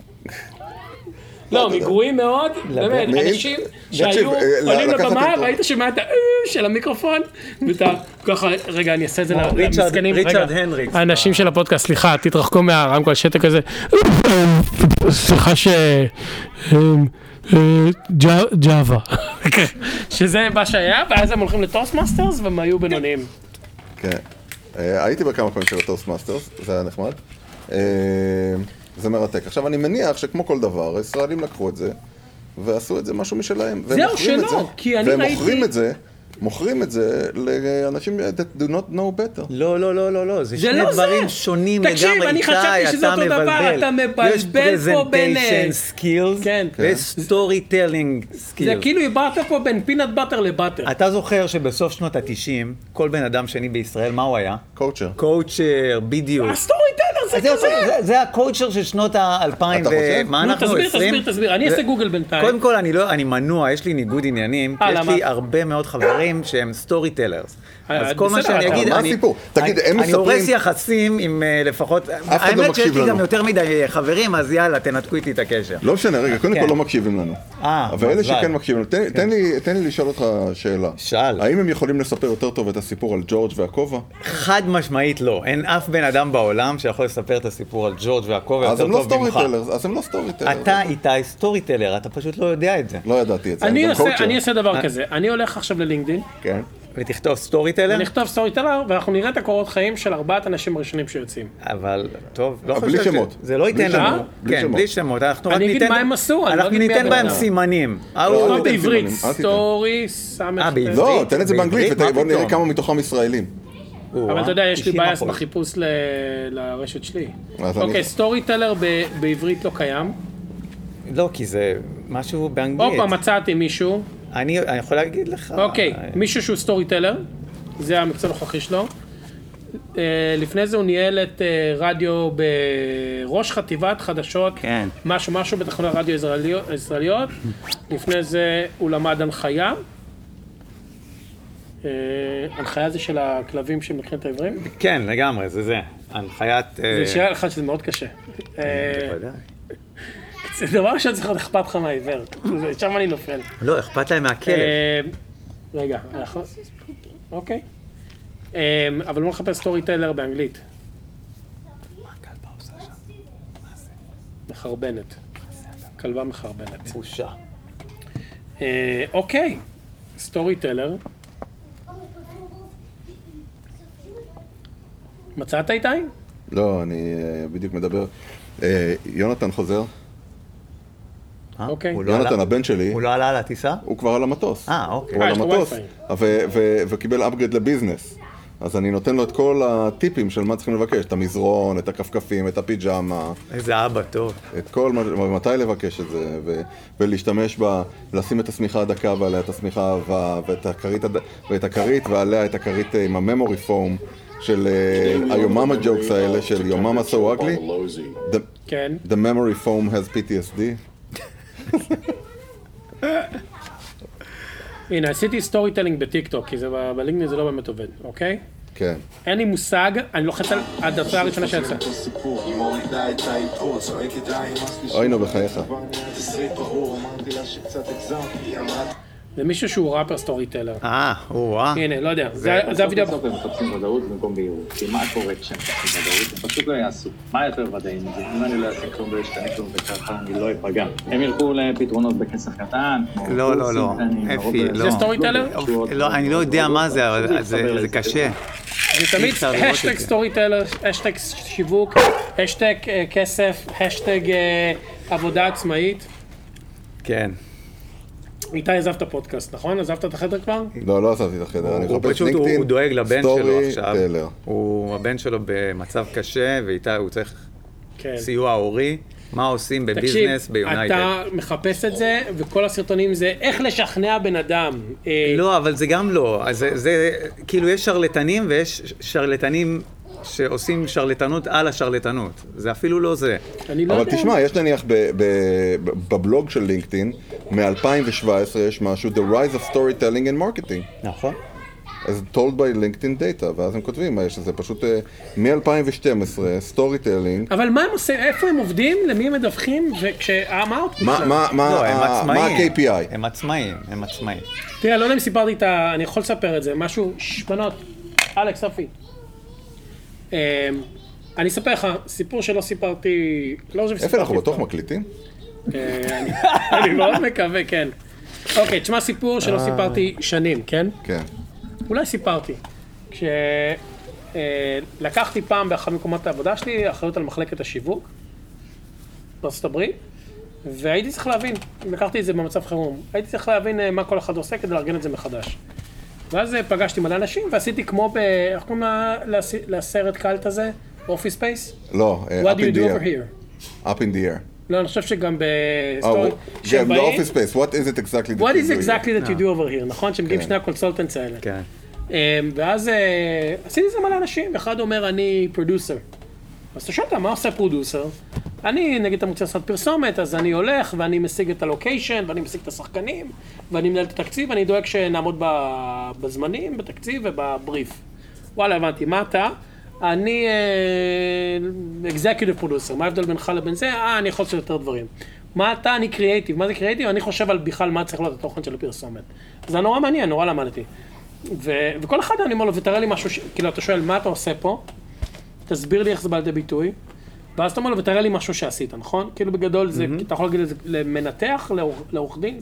לא, מגרועים מאוד, באמת, אנשים שהיו עולים לבמה, והיית שומע את של המיקרופון, ואתה ככה, רגע, אני אעשה את זה למסכנים, ריצ'רד הנדריקס. האנשים של הפודקאסט, סליחה, תתרחקו מהרמקול שטק כזה, סליחה ג'אווה, שזה מה שהיה, ואז הם הולכים לטוסטמאסטרס, והם היו בינוניים. כן, הייתי בכמה פעמים של הטוסטמאסטרס, זה היה נחמד. זה מרתק. עכשיו, אני מניח שכמו כל דבר, הישראלים לקחו את זה, ועשו את זה משהו משלהם. זהו, שלא, כי אני ראיתי... מוכרים את זה לאנשים that do not know better. לא, זה שני דברים שונים לגמרי. תקשיב, אני חשבתי שזה אותו דבר, אתה מבלבל פה בין... יש presentation skills ו-storytelling skills. זה כאילו איברת פה בין פינאט באטר לבאטר. אתה זוכר שבסוף שנות ה-90, כל בן אדם שני בישראל, מה הוא היה? קואוצ'ר. קואוצ'ר, בדיוק. הסטורי טלר זה כזה. זה הקואוצ'ר של שנות ה-2000 ומה אנחנו? תסביר, אני אעשה גוגל בינתיים. קודם כל, אני מנוע, יש לי ניגוד עניינים, יש לי הרבה מאוד חברים שהם סטורי טלרס. אז כל מה שאני אגיד, מה הסיפור? תגיד, הם מספרים... אני הורס יחסים עם לפחות... האמת שיש לי גם יותר מדי חברים, אז יאללה, תנתקו איתי את הקשר. לא משנה, רגע, קודם כל לא מקשיבים לנו. אבל אלה שכן מקשיבים לנו, תן לי לשאול אותך שאלה. שאל. האם הם יכולים לספר יותר טוב את הסיפור על ג'ורג' והכובע? חד משמעית לא. אין אף בן אדם בעולם שיכול לספר את הסיפור על ג'ורג' והכובע יותר טוב ממך. אז הם לא סטורי טלר. אתה איתי סטורי טלר, אתה פשוט לא יודע את זה. לא ידעתי את זה. אני אעשה דבר כזה. אני הולך עכשיו ללינקדאין. כן. ותכתוב סטורי טלר? נכתוב סטורי טלר, ואנחנו נראה את הקורות חיים של 4 אנשים הראשונים שיוצאים. אבל, טוב, לא בלי שמות. זה לא ייתן לנו. כן, בלי שמות. אני אגיד מה הם עשו. אנחנו ניתן בהם סימנים. לא בעברית, סטורי, סמך... לא, תן את זה באנגלית, ובוא נראה כמה מתוכם ישראלים. אבל אתה יודע, יש לי בייס בחיפוש לרשת שלי. אוקיי, סטורי טלר בעברית לא קיים. לא, כי זה משהו באנגלית. אופה, מצאתי מישהו. אני יכול להגיד לך. אוקיי, מישהו שהוא סטורי טלר, זה המקצוע הנוכחי שלו. לפני זה הוא ניהל את רדיו בראש חטיבת חדשות, משהו בתחנות רדיו ישראליות. לפני זה הוא למד הנחיה. הנחיה זה של הכלבים שמלקחים את העברים? כן, לגמרי, זה. הנחיית... זה שאלה לך שזה מאוד קשה. זה דבר שצריך להיות אכפת לך מהעיוור, שם אני נופל. לא, אכפת להם מהכלב. רגע, אוקיי. אבל לא נחפש סטורי טלר באנגלית. מה הכלבה עושה שם? מה זה? מחרבנת. כלבה מחרבנת. בושה. אוקיי, סטורי טלר. מצאת איתי? לא, אני בדיוק מדבר. יונתן חוזר. יונתן, הבן שלי. הוא לא עלה על הטיסה? הוא כבר על המטוס. אוקיי. הוא על המטוס, וקיבל אפגרד לביזנס. אז אני נותן לו את כל הטיפים של מה צריכים לבקש, את המזרון, את הכפכפים, את הפיג'מה. איזה אבא טוב. את כל, מתי לבקש את זה, ולהשתמש לשים את השמיכה הדקה ועליה את השמיכה ואת הכרית, ועליה את הכרית עם הממורי פום. של היוממה ג'וקס האלה, של יוממה so ugly. כן. The memory foam has PTSD. הנה, עשיתי סטורי טלינג בטיקטוק, כי בלינקדאין זה לא באמת עובד, אוקיי? כן. אין לי מושג, אני לוחץ על הדפסה הראשונה שיצא. אוי נו, בחייך. זה מישהו שהוא ראפר סטורי טלר. וואה. הנה, לא יודע, זה הווידאו. בסוף הם מחפשים ודאות במקום בהירות. כי מה קורה כשהם מחפשים ודאות? הם פשוט לא יעשו. מה יותר ודאי מזה? אם אני לא אעשה כלום וישתנה כלום וככה, אני לא אפגע. הם ילכו לפתרונות בכסף קטן. לא. אפי, לא. זה סטורי טלר? לא, אני לא יודע מה זה, אבל זה קשה. זה תמיד השטג סטורי טלר, השטג שיווק, השטג כסף, השטג עבודה עצמאית. כן. איתי עזב את הפודקאסט, נכון? עזבת את החדר כבר? לא עזבתי את החדר, אני מחפש לינקדאין, הוא דואג לבן שלו עכשיו. טלר. הבן שלו במצב קשה, ואיתי הוא צריך סיוע הורי. מה עושים בביזנס ביונייטד? אתה מחפש את זה, וכל הסרטונים זה איך לשכנע בן אדם. לא, אבל זה גם לא. זה כאילו יש שרלטנים ויש שרלטנים שעושים שרלטנות על השרלטנות. זה אפילו לא זה. אבל תשמע, יש נניח בבלוג של לינקדאין, מ-2017 יש משהו, The Rise of Storytelling in Marketing. נכון. אז told by LinkedIn data, ואז הם כותבים, יש לזה פשוט מ-2012, סטורי טיילינג. אבל מה הם עושים? איפה הם עובדים? למי הם מדווחים? מה האוטפוט שלהם? מה ה-KPI? הם עצמאים. תראה, לא יודע אם סיפרתי אני יכול לספר את זה, משהו, בנות, אלכס, סופי. אני אספר לך, סיפור שלא סיפרתי, איפה אנחנו בתוך מקליטים? אני מאוד מקווה, כן. אוקיי, תשמע סיפור שלא סיפרתי שנים, כן? כן. אולי סיפרתי. כשלקחתי פעם באחד מקומות העבודה שלי, אחריות על מחלקת השיווק, בארצות הברית, והייתי צריך להבין, לקחתי את זה במצב חירום, הייתי צריך להבין מה כל אחד עושה כדי לארגן את זה מחדש. ואז פגשתי מלא אנשים, ועשיתי כמו איך קוראים לסרט קלט הזה? אופי ספייס? לא, What do you do over here? Up in the air. לא, אני חושב שגם בסטורי, כן, ב-Office Space, what is it exactly that you do over here, נכון? שמגיעים שני הקונסולטנטס האלה. כן. ואז עשיתי את זה מלא אנשים, אחד אומר, אני פרודוסר. אז אתה שואל, מה עושה פרודוסר? אני, נגיד, אתה רוצה לעשות פרסומת, אז אני הולך ואני משיג את הלוקיישן, ואני משיג את השחקנים, ואני מנהל את התקציב, ואני דואג שנעמוד בזמנים, בתקציב ובבריף. וואלה, הבנתי, מה אתה? אני executive producer, מה ההבדל בינך לבין זה? אני יכול לעשות יותר דברים. מה אתה? אני קריאייטיב. מה זה קריאייטיב? אני חושב על בכלל מה צריך להיות התוכן של הפרסומת. זה נורא מעניין, נורא למדתי. וכל אחד אני אומר לו, ותראה לי משהו, כאילו אתה שואל, מה אתה עושה פה? תסביר לי איך זה בא לידי ביטוי. ואז אתה אומר לו, ותראה לי משהו שעשית, נכון? כאילו בגדול זה, אתה יכול להגיד את זה למנתח, לעורך דין,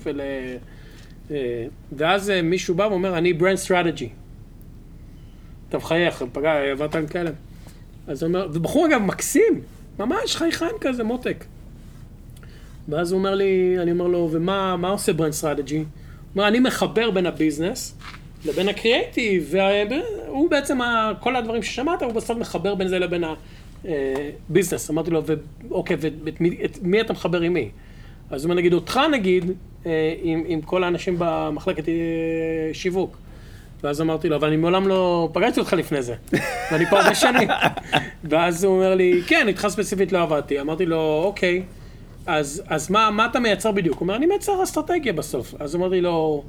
ואז מישהו בא ואומר, אני brand strategy. אתה מחייך, פגע, עברת עם כאלה. אז הוא אומר, ובחור אגב מקסים, ממש חייכן כזה, מותק. ואז הוא אומר לי, אני אומר לו, ומה עושה brand strategy? הוא אומר, אני מחבר בין הביזנס לבין הקריאייטיב, והוא בעצם, כל הדברים ששמעת, הוא בסוף מחבר בין זה לבין הביזנס. אמרתי לו, אוקיי, ואת מי אתה מחבר עם מי? אז הוא אומר, נגיד, אותך נגיד, עם כל האנשים במחלקת שיווק. ואז אמרתי לו, אבל אני מעולם לא פגשתי אותך לפני זה, ואני פה הרבה שנים. ואז הוא אומר לי, כן, איתך ספציפית לא עבדתי. אמרתי לו, אוקיי, אז מה אתה מייצר בדיוק? הוא אומר, אני מייצר אסטרטגיה בסוף. אז אמרתי לו,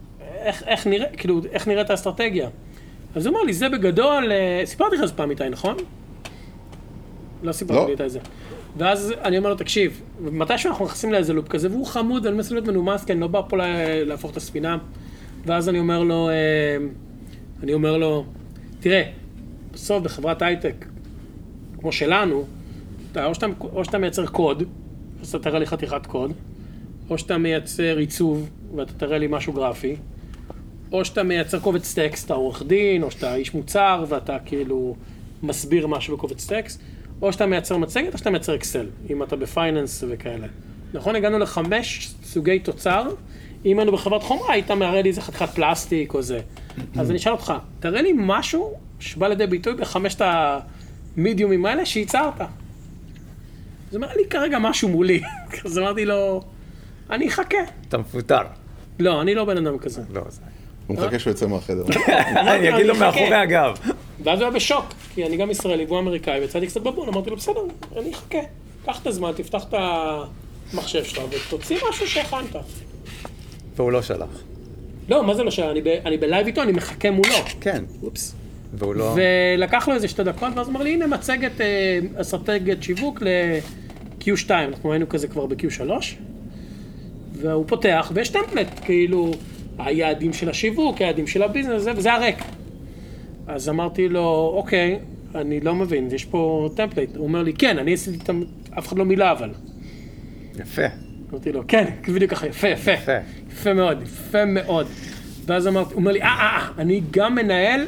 איך נראית האסטרטגיה? אז הוא אומר לי, זה בגדול, סיפרתי לך אז פעם איתי, נכון? לא סיפרתי לי איתי זה. ואז אני אומר לו, תקשיב, מתישהו אנחנו נכנסים לאיזה לופ כזה, והוא חמוד, ואני מנסה להיות מנומס, כי אני לא בא פה להפוך את הספינה. ואז אני אומר לו, תראה, בסוף בחברת הייטק, כמו שלנו, או שאתה מייצר קוד, אז אתה תראה לי חתיכת קוד, או שאתה מייצר עיצוב, ואתה תראה לי משהו גרפי, או שאתה מייצר קובץ טקסט, אתה עורך דין, או שאתה איש מוצר, ואתה כאילו מסביר משהו בקובץ טקסט, או שאתה מייצר מצגת, או שאתה מייצר אקסל, אם אתה בפייננס וכאלה. נכון, הגענו ל5 סוגי תוצר, אם היינו בחברת חומרה, היית מראה לי איזה חתיכת פלסטיק או זה. אז אני אשאל אותך, תראה לי משהו שבא לידי ביטוי בחמשת המדיומים האלה שייצרת. אז אומר לי כרגע משהו מולי. אז אמרתי לו, אני אחכה. אתה מפוטר. לא, אני לא בן אדם כזה. לא, זה... הוא מחכה שהוא יצא מהחדר. אני אגיד לו מאחורי הגב. ואז הוא היה בשוק, כי אני גם ישראלי והוא אמריקאי, ויצאתי קצת בבון, אמרתי לו, בסדר, אני אחכה. קח את הזמן, תפתח את המחשב שלך ותוציא משהו שהכנת. והוא לא שלח. לא, מה זה לא שלח? אני בלייב איתו, אני מחכה מולו. כן. אופס. והוא לא... ולקח לו איזה 2 דקות, ואז אמר לי, הנה מצגת אסטרטגיית שיווק ל-Q2. אנחנו היינו כזה כבר ב-Q3. והוא פותח, ויש טמפלט, כאילו, היעדים של השיווק, היעדים של הביזנס, וזה הריק. אז אמרתי לו, אוקיי, אני לא מבין, יש פה טמפלט. הוא אומר לי, כן, אני עשיתי איתם, אף אחד לא מילה, אבל. יפה. אמרתי לו, כן, בדיוק ככה, יפה, יפה. יפה מאוד, יפה מאוד. ואז הוא אומר לי, אני גם מנהל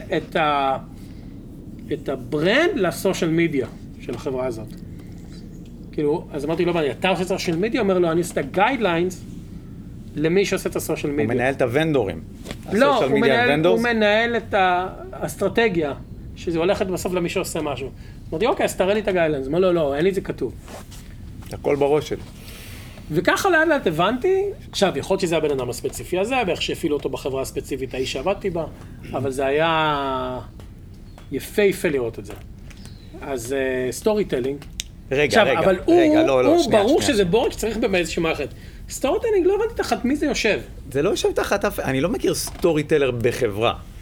את הברנד לסושיאל מדיה של החברה הזאת. כאילו, אז אמרתי לו, אתה עושה את הסושיאל מדיה? הוא אומר לו, אני עושה את הגיידליינס למי שעושה את הסושיאל מדיה. הוא מנהל את הוונדורים. לא, הוא מנהל את האסטרטגיה, שזה הולכת בסוף למי שעושה משהו. אמרתי, אוקיי, אז תראה לי את הגיידליינס. הוא אומר, לא, אין לי את זה כתוב. הכל בראש שלי. וככה לאט לאט הבנתי, עכשיו, יכול להיות שזה הבן אדם הספציפי הזה, ואיך שהפעילו אותו בחברה הספציפית, האיש שעבדתי בה, אבל זה היה יפה לראות את זה. אז סטורי טלינג. רגע, אבל לא, הוא ברור שזה בורד שצריך באמת איזושהי מערכת. סטורי טלינג לא הבנתי תחת מי זה יושב. זה לא יושב תחת אף... אני לא מכיר סטורי טלר בחברה.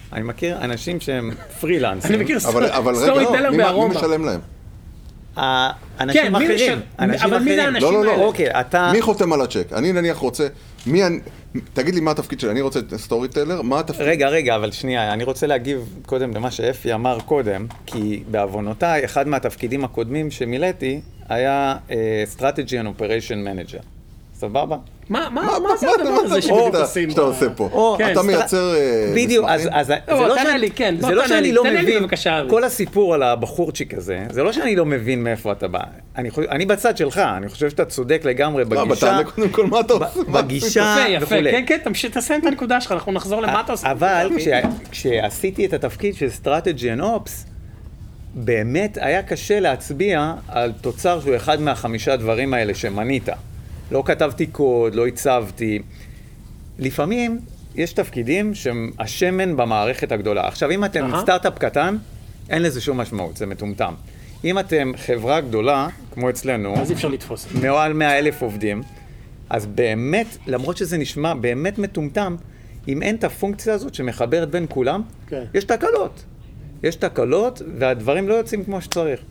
אני מכיר אנשים שהם פרילנסים. אני מכיר אבל סטורי טלר מי בארומה. משלם להם? אנשים אחרים. אבל מי זה האנשים האלה? אוקיי, אתה... מי חותם על הצ'ק? אני נניח רוצה... תגיד לי מה התפקיד שלי, אני רוצה סטורי טלר, מה התפקיד? רגע, אבל שנייה, אני רוצה להגיב קודם למה שאפי אמר קודם, כי בעוונותיי, אחד מהתפקידים הקודמים שמילאתי היה Strategy and Operation Manager. סבבה? מה זה הדבר הזה שבדיוק עושים? שאתה עושה פה? אתה מייצר בדיוק, אז זה לא שאני לא מבין, כל הסיפור על הבחורצ'יק הזה, זה לא שאני לא מבין מאיפה אתה בא. אני בצד שלך, אני חושב שאתה צודק לגמרי בגישה. לא, בתעלה קודם כל מה אתה עושה? בגישה וכולי. כן, תמשיך, תסיים את הנקודה שלך, אנחנו נחזור למה אתה עושה. אבל כשעשיתי את התפקיד של Strategy and Ops, באמת היה קשה להצביע על תוצר שהוא אחד מה5 דברים האלה שמנית. לא כתבתי קוד, לא הצבתי. לפעמים יש תפקידים שהם השמן במערכת הגדולה. עכשיו, אם אתם סטארט-אפ קטן, אין לזה שום משמעות, זה מטומטם. אם אתם חברה גדולה, כמו אצלנו, אז אי אפשר לתפוס. מעל 100,000 עובדים, אז באמת, למרות שזה נשמע באמת מטומטם, אם אין את הפונקציה הזאת שמחברת בין כולם, יש תקלות. יש תקלות, והדברים לא יוצאים כמו שצריך.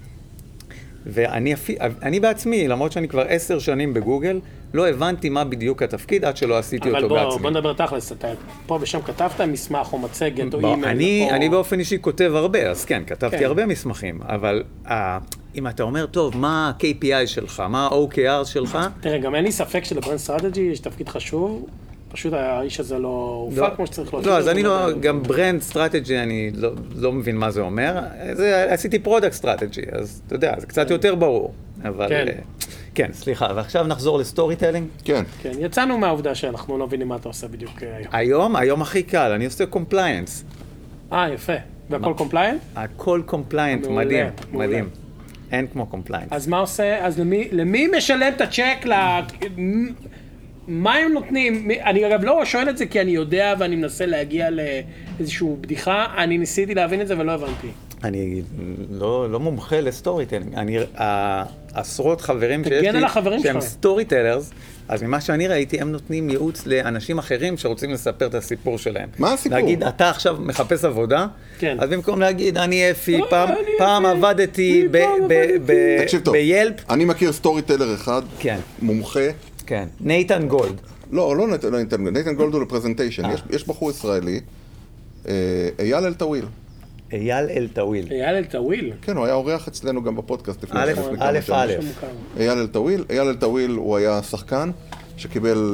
ואני בעצמי, למרות שאני כבר 10 שנים בגוגל, לא הבנתי מה בדיוק התפקיד עד שלא עשיתי אותו בעצמי. אבל בוא נדבר תכלס, אתה פה ושם כתבת מסמך או מצגת או אימייל. אני באופן אישי כותב הרבה, אז כן, כתבתי הרבה מסמכים, אבל אם אתה אומר, טוב, מה ה-KPI שלך, מה ה-OKR שלך? תראה, גם אין לי ספק שלברנד סטרטג'י יש תפקיד חשוב, פשוט האיש הזה לא הופק כמו שצריך לו. לא, אז אני לא, גם ברנד סטרטג'י, אני לא מבין מה זה אומר. עשיתי פרודקט סטרטג'י, אז אתה יודע, זה קצת יותר ברור. אבל כן, סליחה, ועכשיו נחזור לסטורי טלינג? כן. כן, יצאנו מהעובדה שאנחנו לא מבינים מה אתה עושה בדיוק היום. היום הכי קל, אני עושה קומפליינס. יפה. והכל קומפליינט? הכל קומפליינט, מדהים. אין כמו קומפליינט. אז מה עושה, אז למי משלם את הצ'ק מה הם נותנים? אני אגב לא שואל את זה כי אני יודע ואני מנסה להגיע לאיזושהי בדיחה, אני ניסיתי להבין את זה ולא הבנתי. אני לא מומחה לסטורי טלינג, עשרות חברים שיש לי שהם סטורי טלרס, אז ממה שאני ראיתי הם נותנים ייעוץ לאנשים אחרים שרוצים לספר את הסיפור שלהם. מה הסיפור? להגיד, אתה עכשיו מחפש עבודה, אז במקום להגיד, אני אפי, פעם עבדתי ביילפ. אני מכיר סטורי טלר אחד, מומחה. כן, נייתן גולד. לא נייתן גולד, נייתן גולד הוא לפרזנטיישן. יש בחור ישראלי, אייל אלטאוויל. אייל אלטאוויל. אייל אלטאוויל? כן, הוא היה אורח אצלנו גם בפודקאסט לפני א'. אייל אלטאוויל. אייל אלטאוויל הוא היה שחקן שקיבל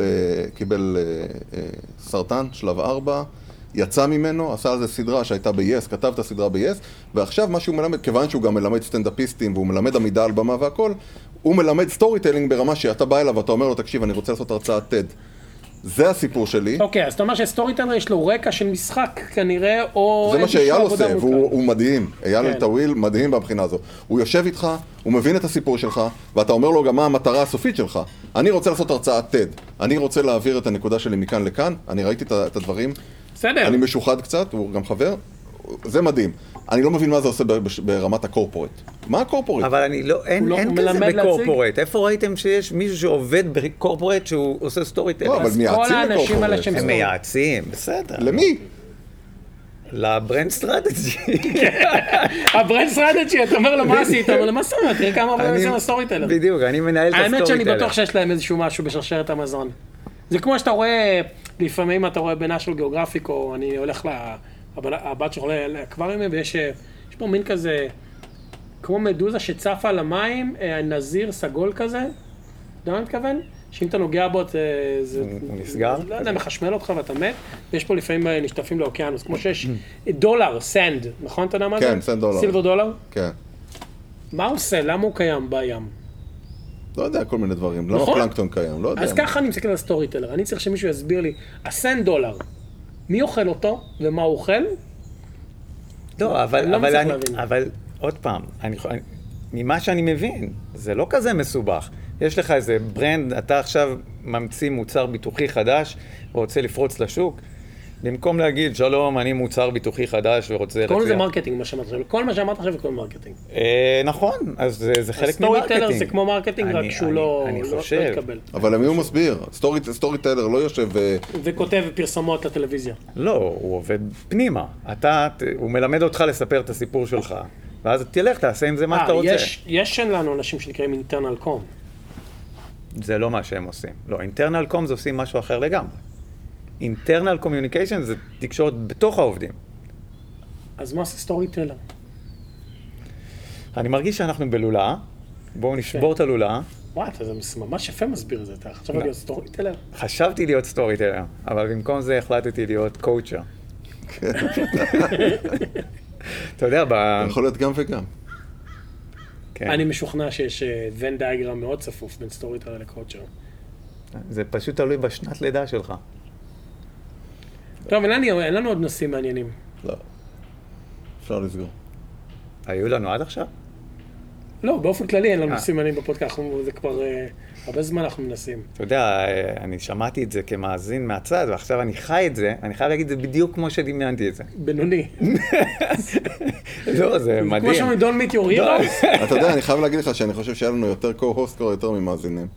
סרטן, שלב 4, יצא ממנו, עשה על זה סדרה שהייתה ב-yes, כתב את הסדרה ב-yes, ועכשיו מה שהוא מלמד, כיוון שהוא גם מלמד סטנדאפיסטים והוא מלמד עמידה על במה והכל, הוא מלמד סטורי טלינג ברמה שאתה בא אליו ואתה אומר לו, תקשיב, אני רוצה לעשות הרצאת TED. זה הסיפור שלי. אוקיי, אז אתה אומר שסטורי טלר יש לו רקע של משחק כנראה, או זה מה שאייל עושה, והוא מדהים. אייל אלטאוויל מדהים בבחינה הזו. הוא יושב איתך, הוא מבין את הסיפור שלך, ואתה אומר לו גם מה המטרה הסופית שלך. אני רוצה לעשות הרצאת TED. אני רוצה להעביר את הנקודה שלי מכאן לכאן. אני ראיתי את הדברים. בסדר. אני משוחד קצת, הוא גם חבר. זה מדהים. אני לא מבין מה זה עושה ברמת הקורפורט. מה הקורפורט? אבל אין כזה בקורפורט. איפה ראיתם שיש מישהו שעובד בקורפורט שהוא עושה סטורי טלר? לא, אבל מייעצים לקורפורט. הם מייעצים, בסדר. למי? לברנד סטרטג'י. הברנד סטרטג'י, אתה אומר לו מה עשית? אתה אומר לו מה זאת אומרת? תראה כמה עבודה עושים לסטורי טלר. בדיוק, אני מנהל את הסטורי טלר. האמת שאני בטוח שיש להם איזשהו משהו בשרשרת המזון. זה כמו שאתה רואה, לפעמים אתה רואה בנאשנל גיאוגרפיק, או אני הולך הבת שחולה לאקווריום, ויש פה מין כזה, כמו מדוזה שצפה על המים, נזיר סגול כזה, אתה יודע מה מתכוון? שאם אתה נוגע בו, זה... הוא נסגר? לא יודע, מחשמל אותך ואתה מת, ויש פה לפעמים נשטפים לאוקיינוס, כמו שיש דולר, סנד, נכון? אתה יודע מה זה? כן, סנד דולר. סילבר דולר? כן. מה הוא עושה? למה הוא קיים בים? לא יודע, כל מיני דברים. למה פלנקטון קיים? לא יודע. אז ככה אני מסתכל על סטורי טלר. אני צריך שמישהו יסביר לי, הסנד דולר, מי אוכל אותו ומה הוא אוכל? לא, אבל עוד פעם, ממה שאני מבין, זה לא כזה מסובך. יש לך איזה ברנד, אתה עכשיו ממציא מוצר ביטוחי חדש, ורוצה לפרוץ לשוק, במקום להגיד, שלום, אני מוצר ביטוחי חדש ורוצה להצליח. כל זה מרקטינג, מה שאמרת עכשיו. כל מה שאמרת עכשיו זה כל מרקטינג. נכון, אז זה חלק ממרקטינג. סטורי טיילר זה כמו מרקטינג, רק שהוא לא התקבל. אבל למי הוא מסביר? סטורי טיילר לא יושב וכותב פרסומות לטלוויזיה. לא, הוא עובד פנימה. הוא מלמד אותך לספר את הסיפור שלך, ואז תלך, תעשה עם זה מה שאתה רוצה. יש לנו אנשים שנקראים אינטרנל קום. זה לא מה שהם עושים. לא, אינטרנל קום זה עושים משהו אחר לגמרי. אינטרנל קומיוניקיישן זה תקשורת בתוך העובדים. אז מה זה סטורי טיילר? אני מרגיש שאנחנו בלולה, בואו נשבור את הלולה. וואי, אתה ממש יפה מסביר את זה, אתה חשבת להיות סטורי טיילר? חשבתי להיות סטורי טיילר, אבל במקום זה החלטתי להיות קואוצ'ר. אתה יודע, יכול להיות גם וגם. אני משוכנע שיש ון דיאגרם מאוד צפוף בין סטורי טיילר לקואוצ'ר. זה פשוט תלוי בשנת לידה שלך. טוב, אין לנו עוד נושאים מעניינים. לא. אפשר לסגור. היו לנו עד עכשיו? לא, באופן כללי אין לנו נושאים מעניינים בפודקאסט, זה כבר הרבה זמן אנחנו מנסים. אתה יודע, אני שמעתי את זה כמאזין מהצד, ועכשיו אני חי את זה, אני חייב להגיד את זה בדיוק כמו שדמיינתי את זה. בינוני. לא, זה מדהים. כמו שם Don't meet your heroes. אתה יודע, אני חייב להגיד לך שאני חושב שהיה לנו יותר co-host כבר יותר ממאזינים.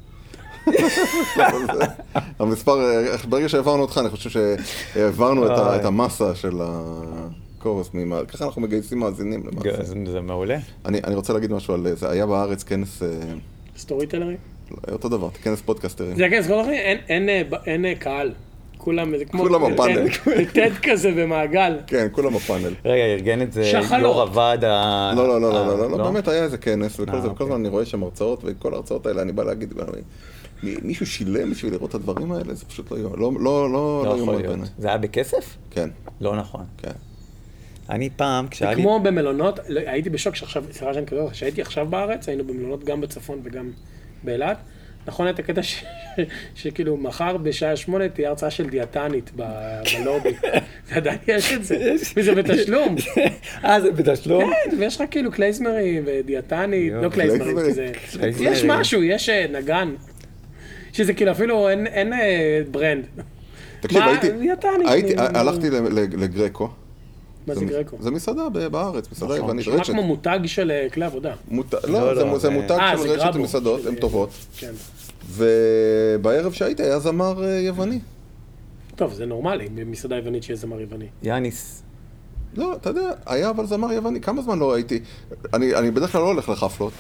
המספר, ברגע שהעברנו אותך, אני חושב שהעברנו את המסה של ה-co-host, ככה אנחנו מגייסים מאזינים למעשה. זה מעולה. אני רוצה להגיד משהו על זה, היה בארץ כנס... סטורי טיילרים? אותו דבר, כנס פודקאסטרים. זה הכנס, אין קהל. כולם בפאנל. טד כזה במעגל. כן, כולם בפאנל. רגע, ארגן את זה יו"ר הוועד ה... לא, באמת היה איזה כנס, וכל הזמן אני רואה שם הרצאות, וכל ההרצאות האלה אני בא להגיד, מישהו שילם בשביל לראות את הדברים האלה, זה פשוט לא יכול להיות. זה היה בכסף? כן. לא נכון. כן. אני פעם, זה כמו במלונות, הייתי בשוק שעכשיו, סליחה שאני כזאת, שהייתי עכשיו בארץ, היינו במלונות גם בצפון וגם באילת, נכון את הקטע שכאילו מחר בשעה 8 תהיה הרצאה של דיאטנית בלובי. ועדיין יש את זה, וזה בתשלום. זה בתשלום? כן, ויש לך כאילו קלייזמרים ודיאטנית, לא קלייזמרים, יש משהו, יש נגן, שזה כאילו אפילו אין ברנד. תקשיב, הלכתי לגרקו. מה זה גרקו? זה מסעדה בארץ, מסעדה יוונית. נשמע כמו מותג של כלי עבודה. לא, זה מותג של רשת מסעדות, הן טובות. כן. ובערב שהייתי היה זמר יווני. טוב, זה נורמלי, במסעדה יוונית שיש זמר יווני. יאניס. לא, אתה יודע, היה אבל זמר יווני. כמה זמן לא הייתי? אני בדרך כלל לא הולך לחפלות.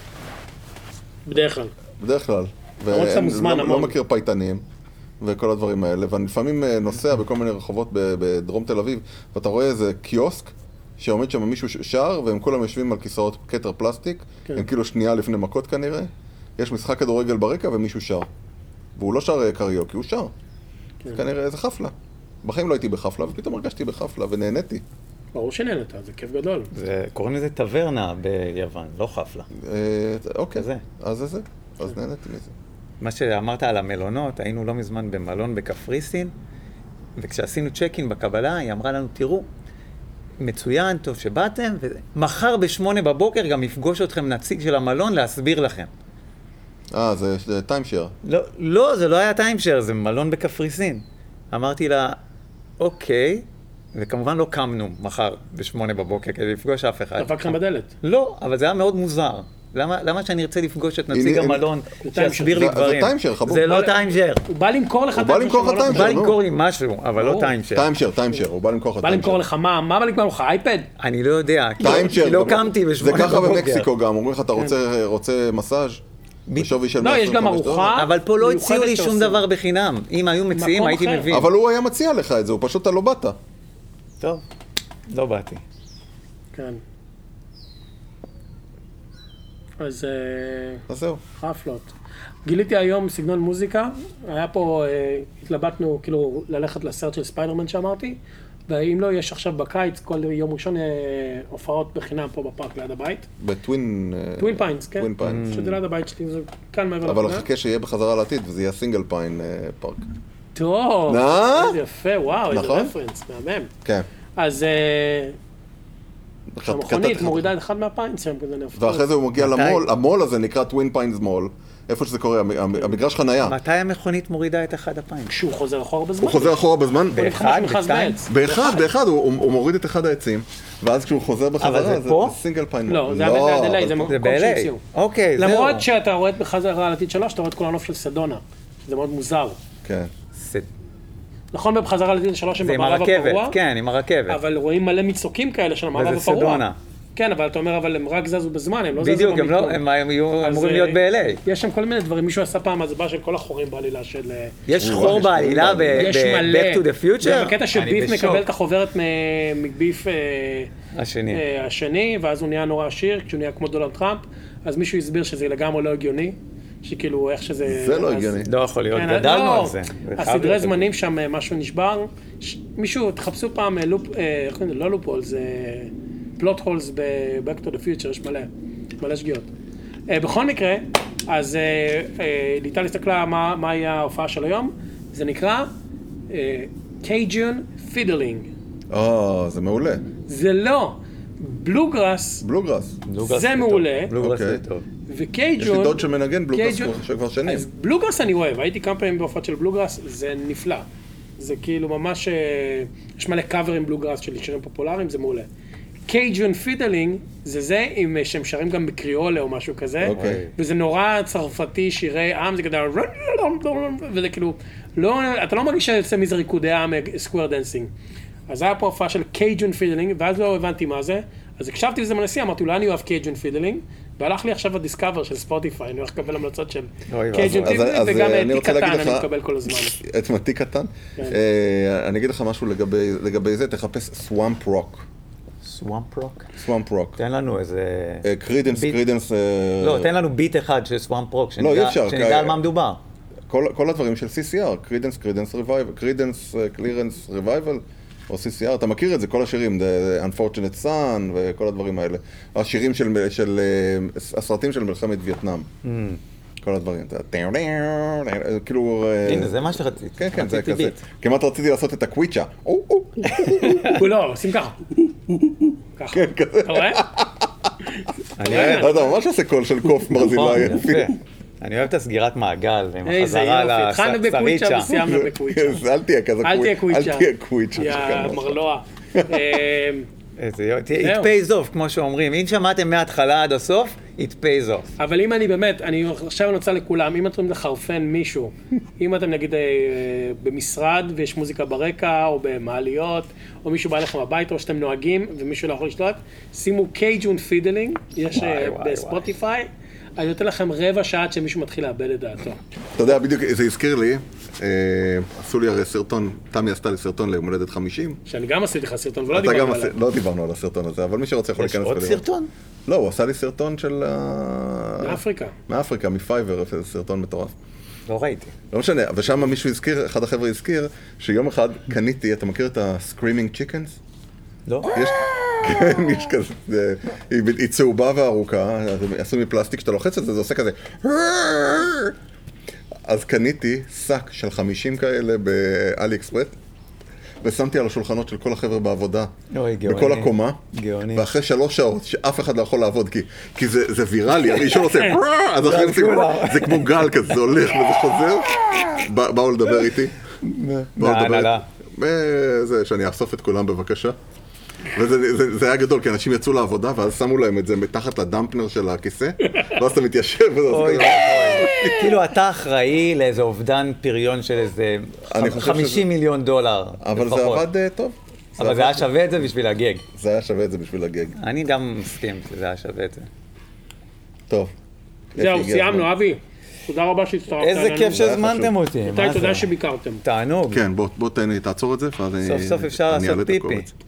בדרך כלל. ולא מכיר פייטנים. וכל הדברים האלה, ואני לפעמים נוסע בכל מיני רחובות בדרום תל אביב, ואתה רואה איזה קיוסק שעומד שם מישהו שר, והם כולם יושבים על כיסאות קטר פלסטיק, הם כאילו שנייה לפני מכות כנראה, יש משחק כדורגל ברקע ומישהו שר. והוא לא שר קריוקי, הוא שר. כנראה איזה חפלה. בחיים לא הייתי בחפלה, ופתאום הרגשתי בחפלה ונהניתי. ברור שנהנת, זה כיף גדול. קוראים לזה טברנה ביוון, לא חפלה. אוקיי, אז נהניתי מזה. מה שאמרת על המלונות, היינו לא מזמן במלון בקפריסין, וכשעשינו צ'ק-אין בקבלה, היא אמרה לנו, תראו, מצוין, טוב שבאתם, ומחר ב8 בבוקר גם יפגוש אתכם נציג של המלון להסביר לכם. זה טיימשייר. לא, זה לא היה טיימשייר, זה מלון בקפריסין. אמרתי לה, אוקיי, וכמובן לא קמנו מחר ב8 בבוקר כדי לפגוש אף אחד. דפקתם בדלת. לא, אבל זה היה מאוד מוזר. למה שאני ארצה לפגוש את נציג המלון שיסביר לי דברים? זה טיימשייר, חבוב. זה לא טיימשייר. הוא בא למכור לך טיימשייר. הוא בא למכור לי משהו, אבל לא טיימשייר. טיימשייר, הוא בא למכור לך טיימשייר. בא למכור לך מה בא למכור לך? אייפד? אני לא יודע. טיימשייר. לא קמתי ב8 זה ככה במקסיקו גם, אומרים לך, אתה רוצה מסאז' בשווי של 125 דולר? לא, יש גם ארוחה. אבל פה לא הציעו לי שום דבר בחינם. אם היו מציעים, הייתי מבין. אבל הוא היה מציע לך את זה, הוא פשוט לא באת. טוב, לא באתי. כן. אז זהו. חפלות. גיליתי היום סגנון מוזיקה, היה פה, התלבטנו כאילו ללכת לסרט של ספיידרמן שאמרתי, ואם לא, יש עכשיו בקיץ, כל יום ראשון הופעות בחינם פה בפארק ליד הבית. בטווין פיינס, כן. טווין פיינס. שזה ליד הבית שלי, זה כאן מעבר אבל חכה שיהיה בחזרה לעתיד, וזה יהיה סינגל פיין פארק. טוב, איזה יפה, וואו, איזה רפרנס, מהמם. כן. אז המכונית מורידה את אחד מהפיינס שם כזה נפתור. ואחרי זה הוא מגיע למול, המול הזה נקרא טווין פיינס מול, איפה שזה קורה, המגרש חנייה. מתי המכונית מורידה את אחד הפעמים? כשהוא חוזר אחורה בזמן. הוא חוזר אחורה בזמן? באחד, בשתיים? באחד, הוא מוריד את אחד העצים, ואז כשהוא חוזר בחזרה, זה סינגל פיין. לא, זה ב-LA, זה מקום שהמציאו. אוקיי, זהו. למרות שאתה רואה בחזרה לעתיד 3, אתה רואה את כל הנוף של סדונה. זה מאוד מוזר. כן. נכון, בחזרה לעתיד 3 הם זה עם במערב הרכבת, הפרוע. כן, עם הרכבת. אבל רואים מלא מצוקים כאלה של המערב וזה הפרוע. סדונה. כן, אבל אתה אומר, אבל הם רק זזו בזמן, הם לא זזו בדיוק, במיקום. הם אמורים להיות ב-LA. יש שם כל מיני דברים, מישהו עשה פעם הצבעה של כל החורים בעלילה של... יש חור בעלילה ב-Back to the Future? זה בקטע שביף מקבל את החוברת מביף השני, ואז הוא נהיה נורא עשיר, כשהוא נהיה כמו דונלד טראמפ, אז מישהו הסביר שזה לגמרי לא הגיוני, שכאילו איך שזה... זה לא הגיוני. לא יכול להיות, גדלנו על זה. הסדרי זמנים שם משהו נשבר, מישהו, תחפשו פעם לא לופול, זה... פלוט הולס ב-Back to the Future, יש מלא שגיאות. בכל מקרה, אז ליטל הסתכלה מה היה ההופעה של היום, זה נקרא Cajun Fiddling. זה מעולה. זה לא, בלוגראס, זה מעולה. בלוגראס זה טוב. וקייג'ון... יש לי דוד שמנגן בלוגראס כבר שנים. אז בלוגראס אני אוהב, הייתי כמה פעמים בהופעות של בלוגראס, זה נפלא. זה כאילו ממש, יש מלא קאברים בלוגראס של שירים פופולריים, זה מעולה. קייג'ון פידלינג, זה שהם שרים גם בקריולה או משהו כזה, וזה נורא צרפתי, שירי עם, זה כזה, וזה כאילו, אתה לא מרגיש שיוצא מזה ריקודי עם סקוואר דנסינג. אז היה פה הופעה של קייג'ון פידלינג, ואז לא הבנתי מה זה, אז הקשבתי לזה מנסי, אמרתי, אולי אני אוהב קייג'ון פידלינג, והלך לי עכשיו הדיסקאבר של ספוטיפיי, אני הולך לקבל המלצות של קייג'ון פידלינג, וגם תיק קטן אני מקבל כל הזמן. את תיק קטן? אני אגיד לך משהו לגבי זה, תחפש סוואמפ רוק. סוואמפ רוק. תן לנו איזה... קרידנס... לא, תן לנו ביט אחד של סוואמפ רוק, שנדע על מה מדובר. כל הדברים של CCR, קרידנס קלירנס ריבייבל, או CCR, אתה מכיר את זה, כל השירים, The Unfortunate Son וכל הדברים האלה. השירים של הסרטים של מלחמת וייטנאם. כל הדברים, כאילו... הנה, זה מה שרציתי. כן, כן, זה כזה. כמעט רציתי לעשות את הקוויצ'ה. לא, עושים ככה. ככה. כן, כזה. אתה רואה? אתה ממש עושה קול של קוף מרזילה יפי. אני אוהב את הסגירת מעגל, עם איזה החזרה יופי, התחלנו בקוויצ'ה וסיימנו בקוויצ'ה. אל תהיה כזה קוויצ'ה. אל תהיה קוויצ'ה. יא מרלוע. it pays off, כמו שאומרים. אם שמעתם מההתחלה עד הסוף, it pays off. אבל אם אני באמת, עכשיו אני רוצה לכולם, אם אתם לחרפן מישהו, אם אתם נגיד במשרד ויש מוזיקה ברקע, או במעליות, או מישהו בא לכם הביתה, או שאתם נוהגים ומישהו לא יכול לשלוט, שימו קייג'ון פידלינג, יש בספוטיפיי, אני נותן לכם רבע שעה עד שמישהו מתחיל לאבד את דעתו. אתה יודע, בדיוק, זה הזכיר לי, עשו לי הרי סרטון, תמי עשתה לי סרטון ליום הולדת 50. שאני גם עשיתי לך סרטון, ולא דיברנו עליו. לא דיברנו על הסרטון הזה, אבל מי שרוצה יכול להיכנס ולראות. יש עוד סרטון? לא, הוא עשה לי סרטון של... מאפריקה. מאפריקה, מפייבר, סרטון מטורף. לא ראיתי. לא משנה, ושם מישהו הזכיר, אחד החבר'ה הזכיר, שיום אחד קניתי, אתה מכיר את ה-Screaming Chickens? לא. כן, יש כזה, היא צהובה וארוכה, עשו מפלסטיק, שאתה לוחץ את זה, זה עושה כזה. אז קניתי שק של 50 כאלה באלי אקספרס, ושמתי על השולחנות של כל החבר'ה בעבודה, בכל הקומה, ואחרי 3 שעות, שאף אחד לא יכול לעבוד, כי זה ויראלי, הראשון עושה, אז אחרי זה כמו גל כזה, זה הולך וזה חוזר, באו לדבר איתי. בהנהלה. זה שאני אאסוף את כולם בבקשה. וזה היה גדול, כי אנשים יצאו לעבודה, ואז שמו להם את זה מתחת לדמפנר של הכיסא, ואז אתה מתיישב וזה... כאילו אתה אחראי לאיזה אובדן פריון של איזה 50 מיליון דולר. אבל זה עבד טוב. אבל זה היה שווה את זה בשביל הגג. זה היה שווה את זה בשביל הגג. אני גם מסכים שזה היה שווה את זה. טוב. זהו, סיימנו, אבי. תודה רבה שהצטרפת. איזה כיף שהזמנתם אותי. תודה שביקרתם. תענוג. כן, בוא תעצור את זה, סוף סוף אפשר לעשות פיפי.